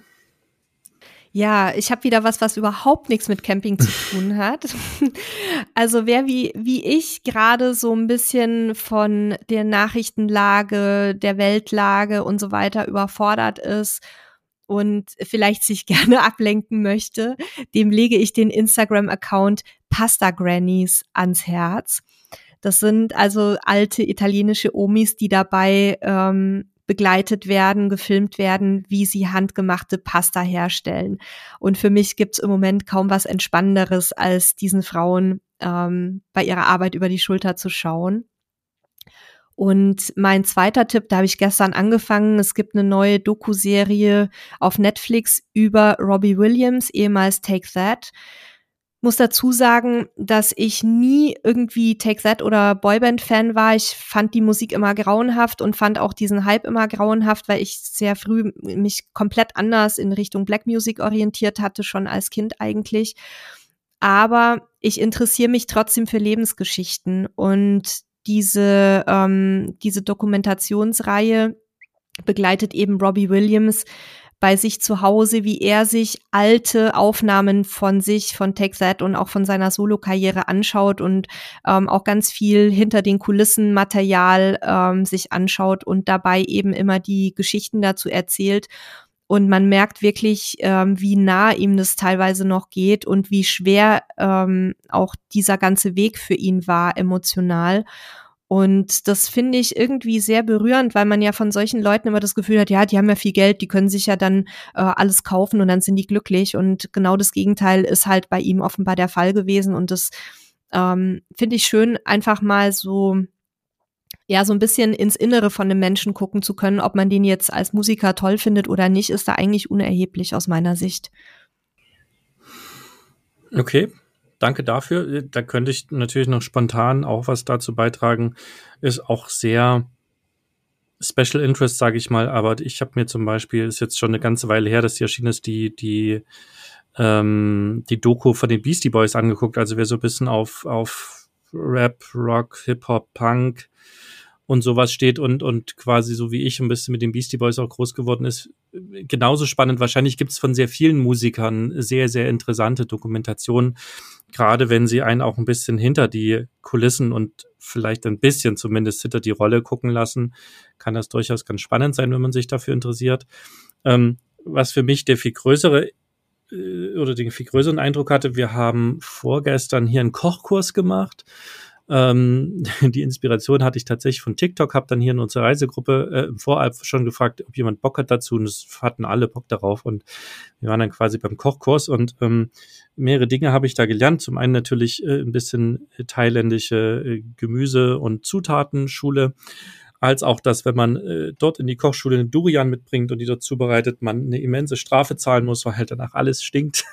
Ja, ich habe wieder was überhaupt nichts mit Camping zu tun hat. Also wer wie ich gerade so ein bisschen von der Nachrichtenlage, der Weltlage und so weiter überfordert ist und vielleicht sich gerne ablenken möchte, dem lege ich den Instagram-Account Pasta Grannies ans Herz. Das sind also alte italienische Omis, die dabei begleitet werden, gefilmt werden, wie sie handgemachte Pasta herstellen. Und für mich gibt's im Moment kaum was Entspannenderes, als diesen Frauen bei ihrer Arbeit über die Schulter zu schauen. Und mein zweiter Tipp, da habe ich gestern angefangen, es gibt eine neue Doku-Serie auf Netflix über Robbie Williams, ehemals Take That. Muss dazu sagen, dass ich nie irgendwie Take That oder Boyband-Fan war. Ich fand die Musik immer grauenhaft und fand auch diesen Hype immer grauenhaft, weil ich sehr früh mich komplett anders in Richtung Black Music orientiert hatte, schon als Kind eigentlich. Aber ich interessiere mich trotzdem für Lebensgeschichten und diese Dokumentationsreihe begleitet eben Robbie Williams bei sich zu Hause, wie er sich alte Aufnahmen von sich, von Take That und auch von seiner Solokarriere anschaut und auch ganz viel hinter den Kulissen Material sich anschaut und dabei eben immer die Geschichten dazu erzählt. Und man merkt wirklich, wie nah ihm das teilweise noch geht und wie schwer auch dieser ganze Weg für ihn war, emotional. Und das finde ich irgendwie sehr berührend, weil man ja von solchen Leuten immer das Gefühl hat, ja, die haben ja viel Geld, die können sich ja dann alles kaufen und dann sind die glücklich. Und genau das Gegenteil ist halt bei ihm offenbar der Fall gewesen. Und das finde ich schön, einfach mal so, ja, so ein bisschen ins Innere von einem Menschen gucken zu können. Ob man den jetzt als Musiker toll findet oder nicht, ist da eigentlich unerheblich aus meiner Sicht. Okay, danke dafür. Da könnte ich natürlich noch spontan auch was dazu beitragen. Ist auch sehr Special Interest, sage ich mal, aber ich habe mir zum Beispiel, ist jetzt schon eine ganze Weile her, dass die erschienen ist, die Doku von den Beastie Boys angeguckt. Also wer so ein bisschen auf Rap, Rock, Hip-Hop, Punk und sowas steht und quasi so wie ich ein bisschen mit den Beastie Boys auch groß geworden ist, genauso spannend. Wahrscheinlich gibt es von sehr vielen Musikern sehr, sehr interessante Dokumentationen, gerade wenn sie einen auch ein bisschen hinter die Kulissen und vielleicht ein bisschen zumindest hinter die Rolle gucken lassen, kann das durchaus ganz spannend sein, wenn man sich dafür interessiert. Was für mich der viel größere oder den viel größeren Eindruck hatte, wir haben vorgestern hier einen Kochkurs gemacht Die Inspiration hatte ich tatsächlich von TikTok, habe dann hier in unserer Reisegruppe im Vorab schon gefragt, ob jemand Bock hat dazu, und es hatten alle Bock darauf, und wir waren dann quasi beim Kochkurs, und mehrere Dinge habe ich da gelernt. Zum einen natürlich ein bisschen thailändische Gemüse- und Zutatenschule, als auch, dass, wenn man dort in die Kochschule einen Durian mitbringt und die dort zubereitet, man eine immense Strafe zahlen muss, weil halt danach alles stinkt.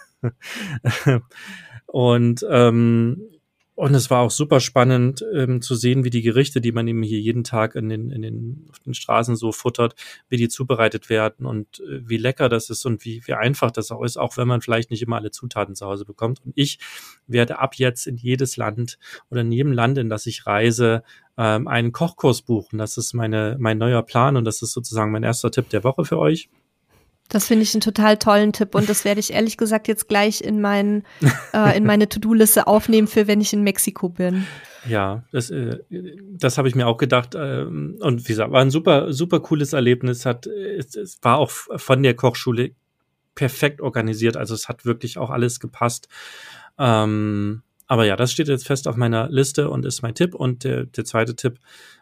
Und und es war auch super spannend zu sehen, wie die Gerichte, die man eben hier jeden Tag auf den Straßen so futtert, wie die zubereitet werden, und wie lecker das ist und wie einfach das auch ist, auch wenn man vielleicht nicht immer alle Zutaten zu Hause bekommt. Und ich werde ab jetzt in jedes Land oder in jedem Land, in das ich reise, einen Kochkurs buchen. Das ist mein neuer Plan, und das ist sozusagen mein erster Tipp der Woche für euch. Das finde ich einen total tollen Tipp, und das werde ich ehrlich gesagt jetzt gleich in meine To-Do-Liste aufnehmen, für wenn ich in Mexiko bin. Ja, das habe ich mir auch gedacht, und wie gesagt, war ein super, super cooles Erlebnis. Es war auch von der Kochschule perfekt organisiert, also es hat wirklich auch alles gepasst. Aber ja, das steht jetzt fest auf meiner Liste und ist mein Tipp. Und der zweite Tipp,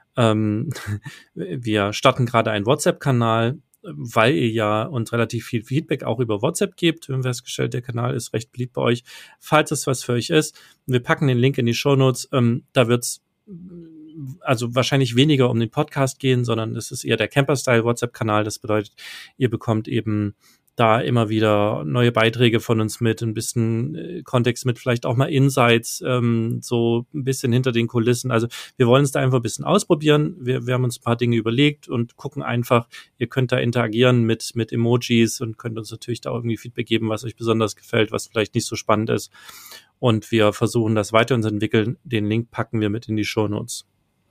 wir starten gerade einen WhatsApp-Kanal, weil ihr ja uns relativ viel Feedback auch über WhatsApp gebt. Wir haben festgestellt, der Kanal ist recht beliebt bei euch. Falls es was für euch ist, wir packen den Link in die Shownotes. Da wird's also wahrscheinlich weniger um den Podcast gehen, sondern es ist eher der Camper-Style-WhatsApp-Kanal. Das bedeutet, ihr bekommt eben da immer wieder neue Beiträge von uns mit, ein bisschen Kontext mit, vielleicht auch mal Insights, so ein bisschen hinter den Kulissen. Also wir wollen es da einfach ein bisschen ausprobieren. Wir haben uns ein paar Dinge überlegt und gucken einfach, ihr könnt da interagieren mit Emojis und könnt uns natürlich da irgendwie Feedback geben, was euch besonders gefällt, was vielleicht nicht so spannend ist. Und wir versuchen das weiterzuentwickeln. Den Link packen wir mit in die Shownotes.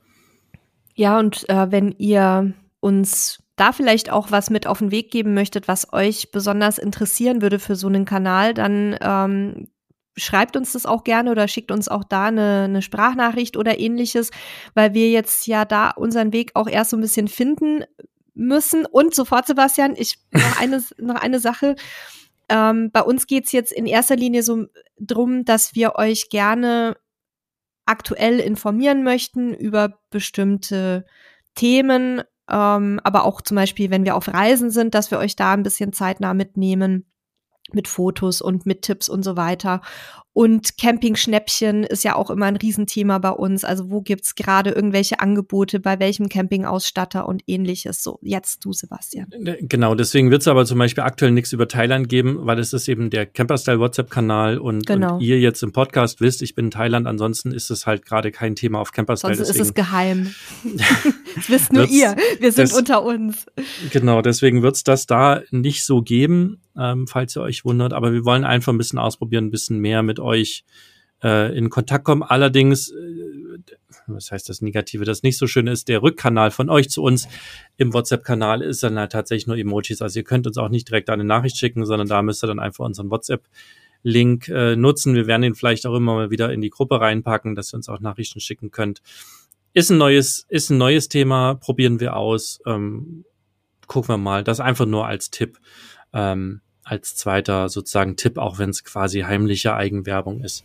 Ja, und wenn ihr uns da vielleicht auch was mit auf den Weg geben möchtet, was euch besonders interessieren würde für so einen Kanal, dann schreibt uns das auch gerne oder schickt uns auch da eine Sprachnachricht oder ähnliches, weil wir jetzt ja da unseren Weg auch erst so ein bisschen finden müssen. Und sofort, Sebastian, noch eine Sache. Bei uns geht's jetzt in erster Linie so drum, dass wir euch gerne aktuell informieren möchten über bestimmte Themen, aber auch zum Beispiel, wenn wir auf Reisen sind, dass wir euch da ein bisschen zeitnah mitnehmen mit Fotos und mit Tipps und so weiter. Und Camping-Schnäppchen ist ja auch immer ein Riesenthema bei uns. Also wo gibt's gerade irgendwelche Angebote, bei welchem Campingausstatter und ähnliches. So, jetzt du, Sebastian. Genau, deswegen wird es aber zum Beispiel aktuell nichts über Thailand geben, weil es ist eben der Camperstyle-WhatsApp-Kanal und ihr jetzt im Podcast wisst, ich bin in Thailand, ansonsten ist es halt gerade kein Thema auf Camperstyle. Sonst ist es geheim. Das wisst nur ihr, wir sind unter uns. Genau, deswegen wird es das da nicht so geben, falls ihr euch wundert, aber wir wollen einfach ein bisschen ausprobieren, ein bisschen mehr mit euch in Kontakt kommen. Allerdings, was heißt das Negative, das nicht so schön ist, der Rückkanal von euch zu uns im WhatsApp-Kanal ist dann halt tatsächlich nur Emojis. Also ihr könnt uns auch nicht direkt eine Nachricht schicken, sondern da müsst ihr dann einfach unseren WhatsApp-Link nutzen. Wir werden ihn vielleicht auch immer mal wieder in die Gruppe reinpacken, dass ihr uns auch Nachrichten schicken könnt. Ist ein neues Thema, probieren wir aus. Gucken wir mal. Das einfach nur als Tipp. Als zweiter sozusagen Tipp, auch wenn es quasi heimliche Eigenwerbung ist,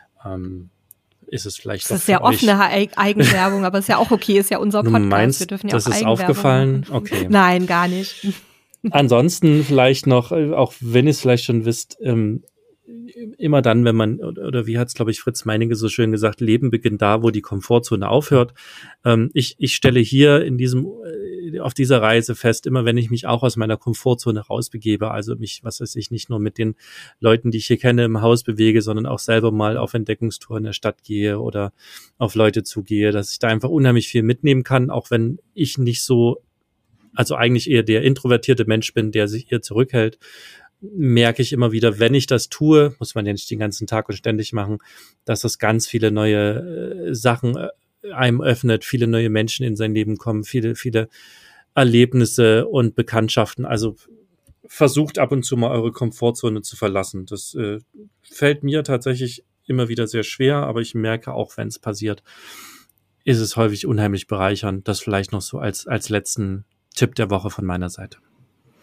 ist es vielleicht das ist sehr offene Eigenwerbung, aber ist ja auch okay, ist ja unser Podcast. Meinst, wir dürfen ja das auch ist aufgefallen? Okay. Nein, gar nicht. Ansonsten vielleicht noch, auch wenn ihr es vielleicht schon wisst, immer dann, wenn man, oder wie hat es, glaube ich, Fritz Meinecke so schön gesagt, Leben beginnt da, wo die Komfortzone aufhört. Ich stelle hier auf dieser Reise fest, immer wenn ich mich auch aus meiner Komfortzone rausbegebe, also mich, was weiß ich, nicht nur mit den Leuten, die ich hier kenne, im Haus bewege, sondern auch selber mal auf Entdeckungstour in der Stadt gehe oder auf Leute zugehe, dass ich da einfach unheimlich viel mitnehmen kann, auch wenn ich nicht so, also eigentlich eher der introvertierte Mensch bin, der sich hier zurückhält, merke ich immer wieder, wenn ich das tue, muss man ja nicht den ganzen Tag und ständig machen, dass es ganz viele neue Sachen einem öffnet, viele neue Menschen in sein Leben kommen, viele, viele Erlebnisse und Bekanntschaften. Also versucht ab und zu mal eure Komfortzone zu verlassen. Das fällt mir tatsächlich immer wieder sehr schwer, aber ich merke auch, wenn es passiert, ist es häufig unheimlich bereichernd. Das vielleicht noch so als letzten Tipp der Woche von meiner Seite.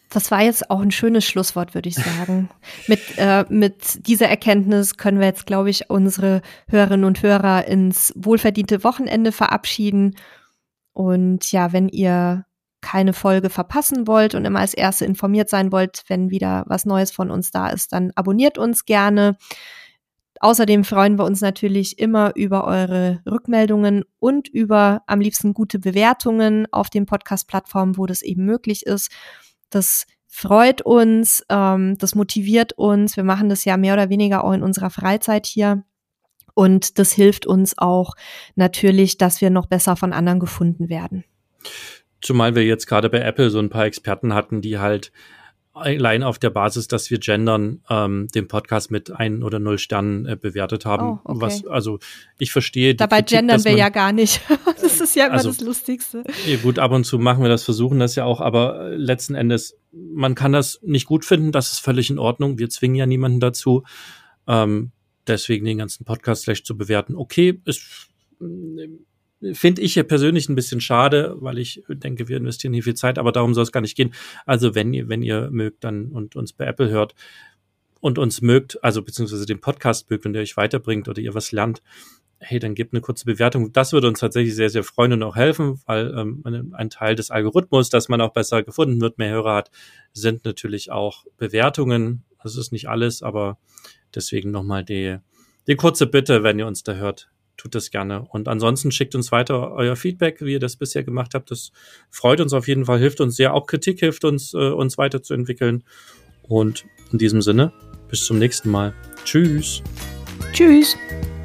Das war jetzt auch ein schönes Schlusswort, würde ich sagen. Mit dieser Erkenntnis können wir jetzt, glaube ich, unsere Hörerinnen und Hörer ins wohlverdiente Wochenende verabschieden. Und ja, wenn ihr keine Folge verpassen wollt und immer als Erste informiert sein wollt, wenn wieder was Neues von uns da ist, dann abonniert uns gerne. Außerdem freuen wir uns natürlich immer über eure Rückmeldungen und über am liebsten gute Bewertungen auf den Podcast-Plattformen, wo das eben möglich ist. Das freut uns, das motiviert uns. Wir machen das ja mehr oder weniger auch in unserer Freizeit hier. Und das hilft uns auch natürlich, dass wir noch besser von anderen gefunden werden. Zumal wir jetzt gerade bei Apple so ein paar Experten hatten, die halt allein auf der Basis, dass wir gendern, den Podcast mit 1 oder 0 Sternen bewertet haben. Oh, okay. Also ich verstehe die Dabei Kritik, gendern wir ja gar nicht. Das ist ja immer das Lustigste. Gut, ab und zu machen wir das, versuchen das ja auch, aber letzten Endes, man kann das nicht gut finden, das ist völlig in Ordnung. Wir zwingen ja niemanden dazu, deswegen den ganzen Podcast schlecht zu bewerten. Okay, ist finde ich ja persönlich ein bisschen schade, weil ich denke, wir investieren hier viel Zeit, aber darum soll es gar nicht gehen. Also wenn ihr mögt dann und uns bei Apple hört und uns mögt, also beziehungsweise den Podcast mögt und der euch weiterbringt oder ihr was lernt, hey, dann gebt eine kurze Bewertung. Das würde uns tatsächlich sehr, sehr freuen und auch helfen, weil ein Teil des Algorithmus, dass man auch besser gefunden wird, mehr Hörer hat, sind natürlich auch Bewertungen. Das ist nicht alles, aber deswegen nochmal die kurze Bitte, wenn ihr uns da hört, tut das gerne. Und ansonsten schickt uns weiter euer Feedback, wie ihr das bisher gemacht habt. Das freut uns auf jeden Fall, hilft uns sehr. Auch Kritik hilft uns, uns weiterzuentwickeln. Und in diesem Sinne, bis zum nächsten Mal. Tschüss. Tschüss.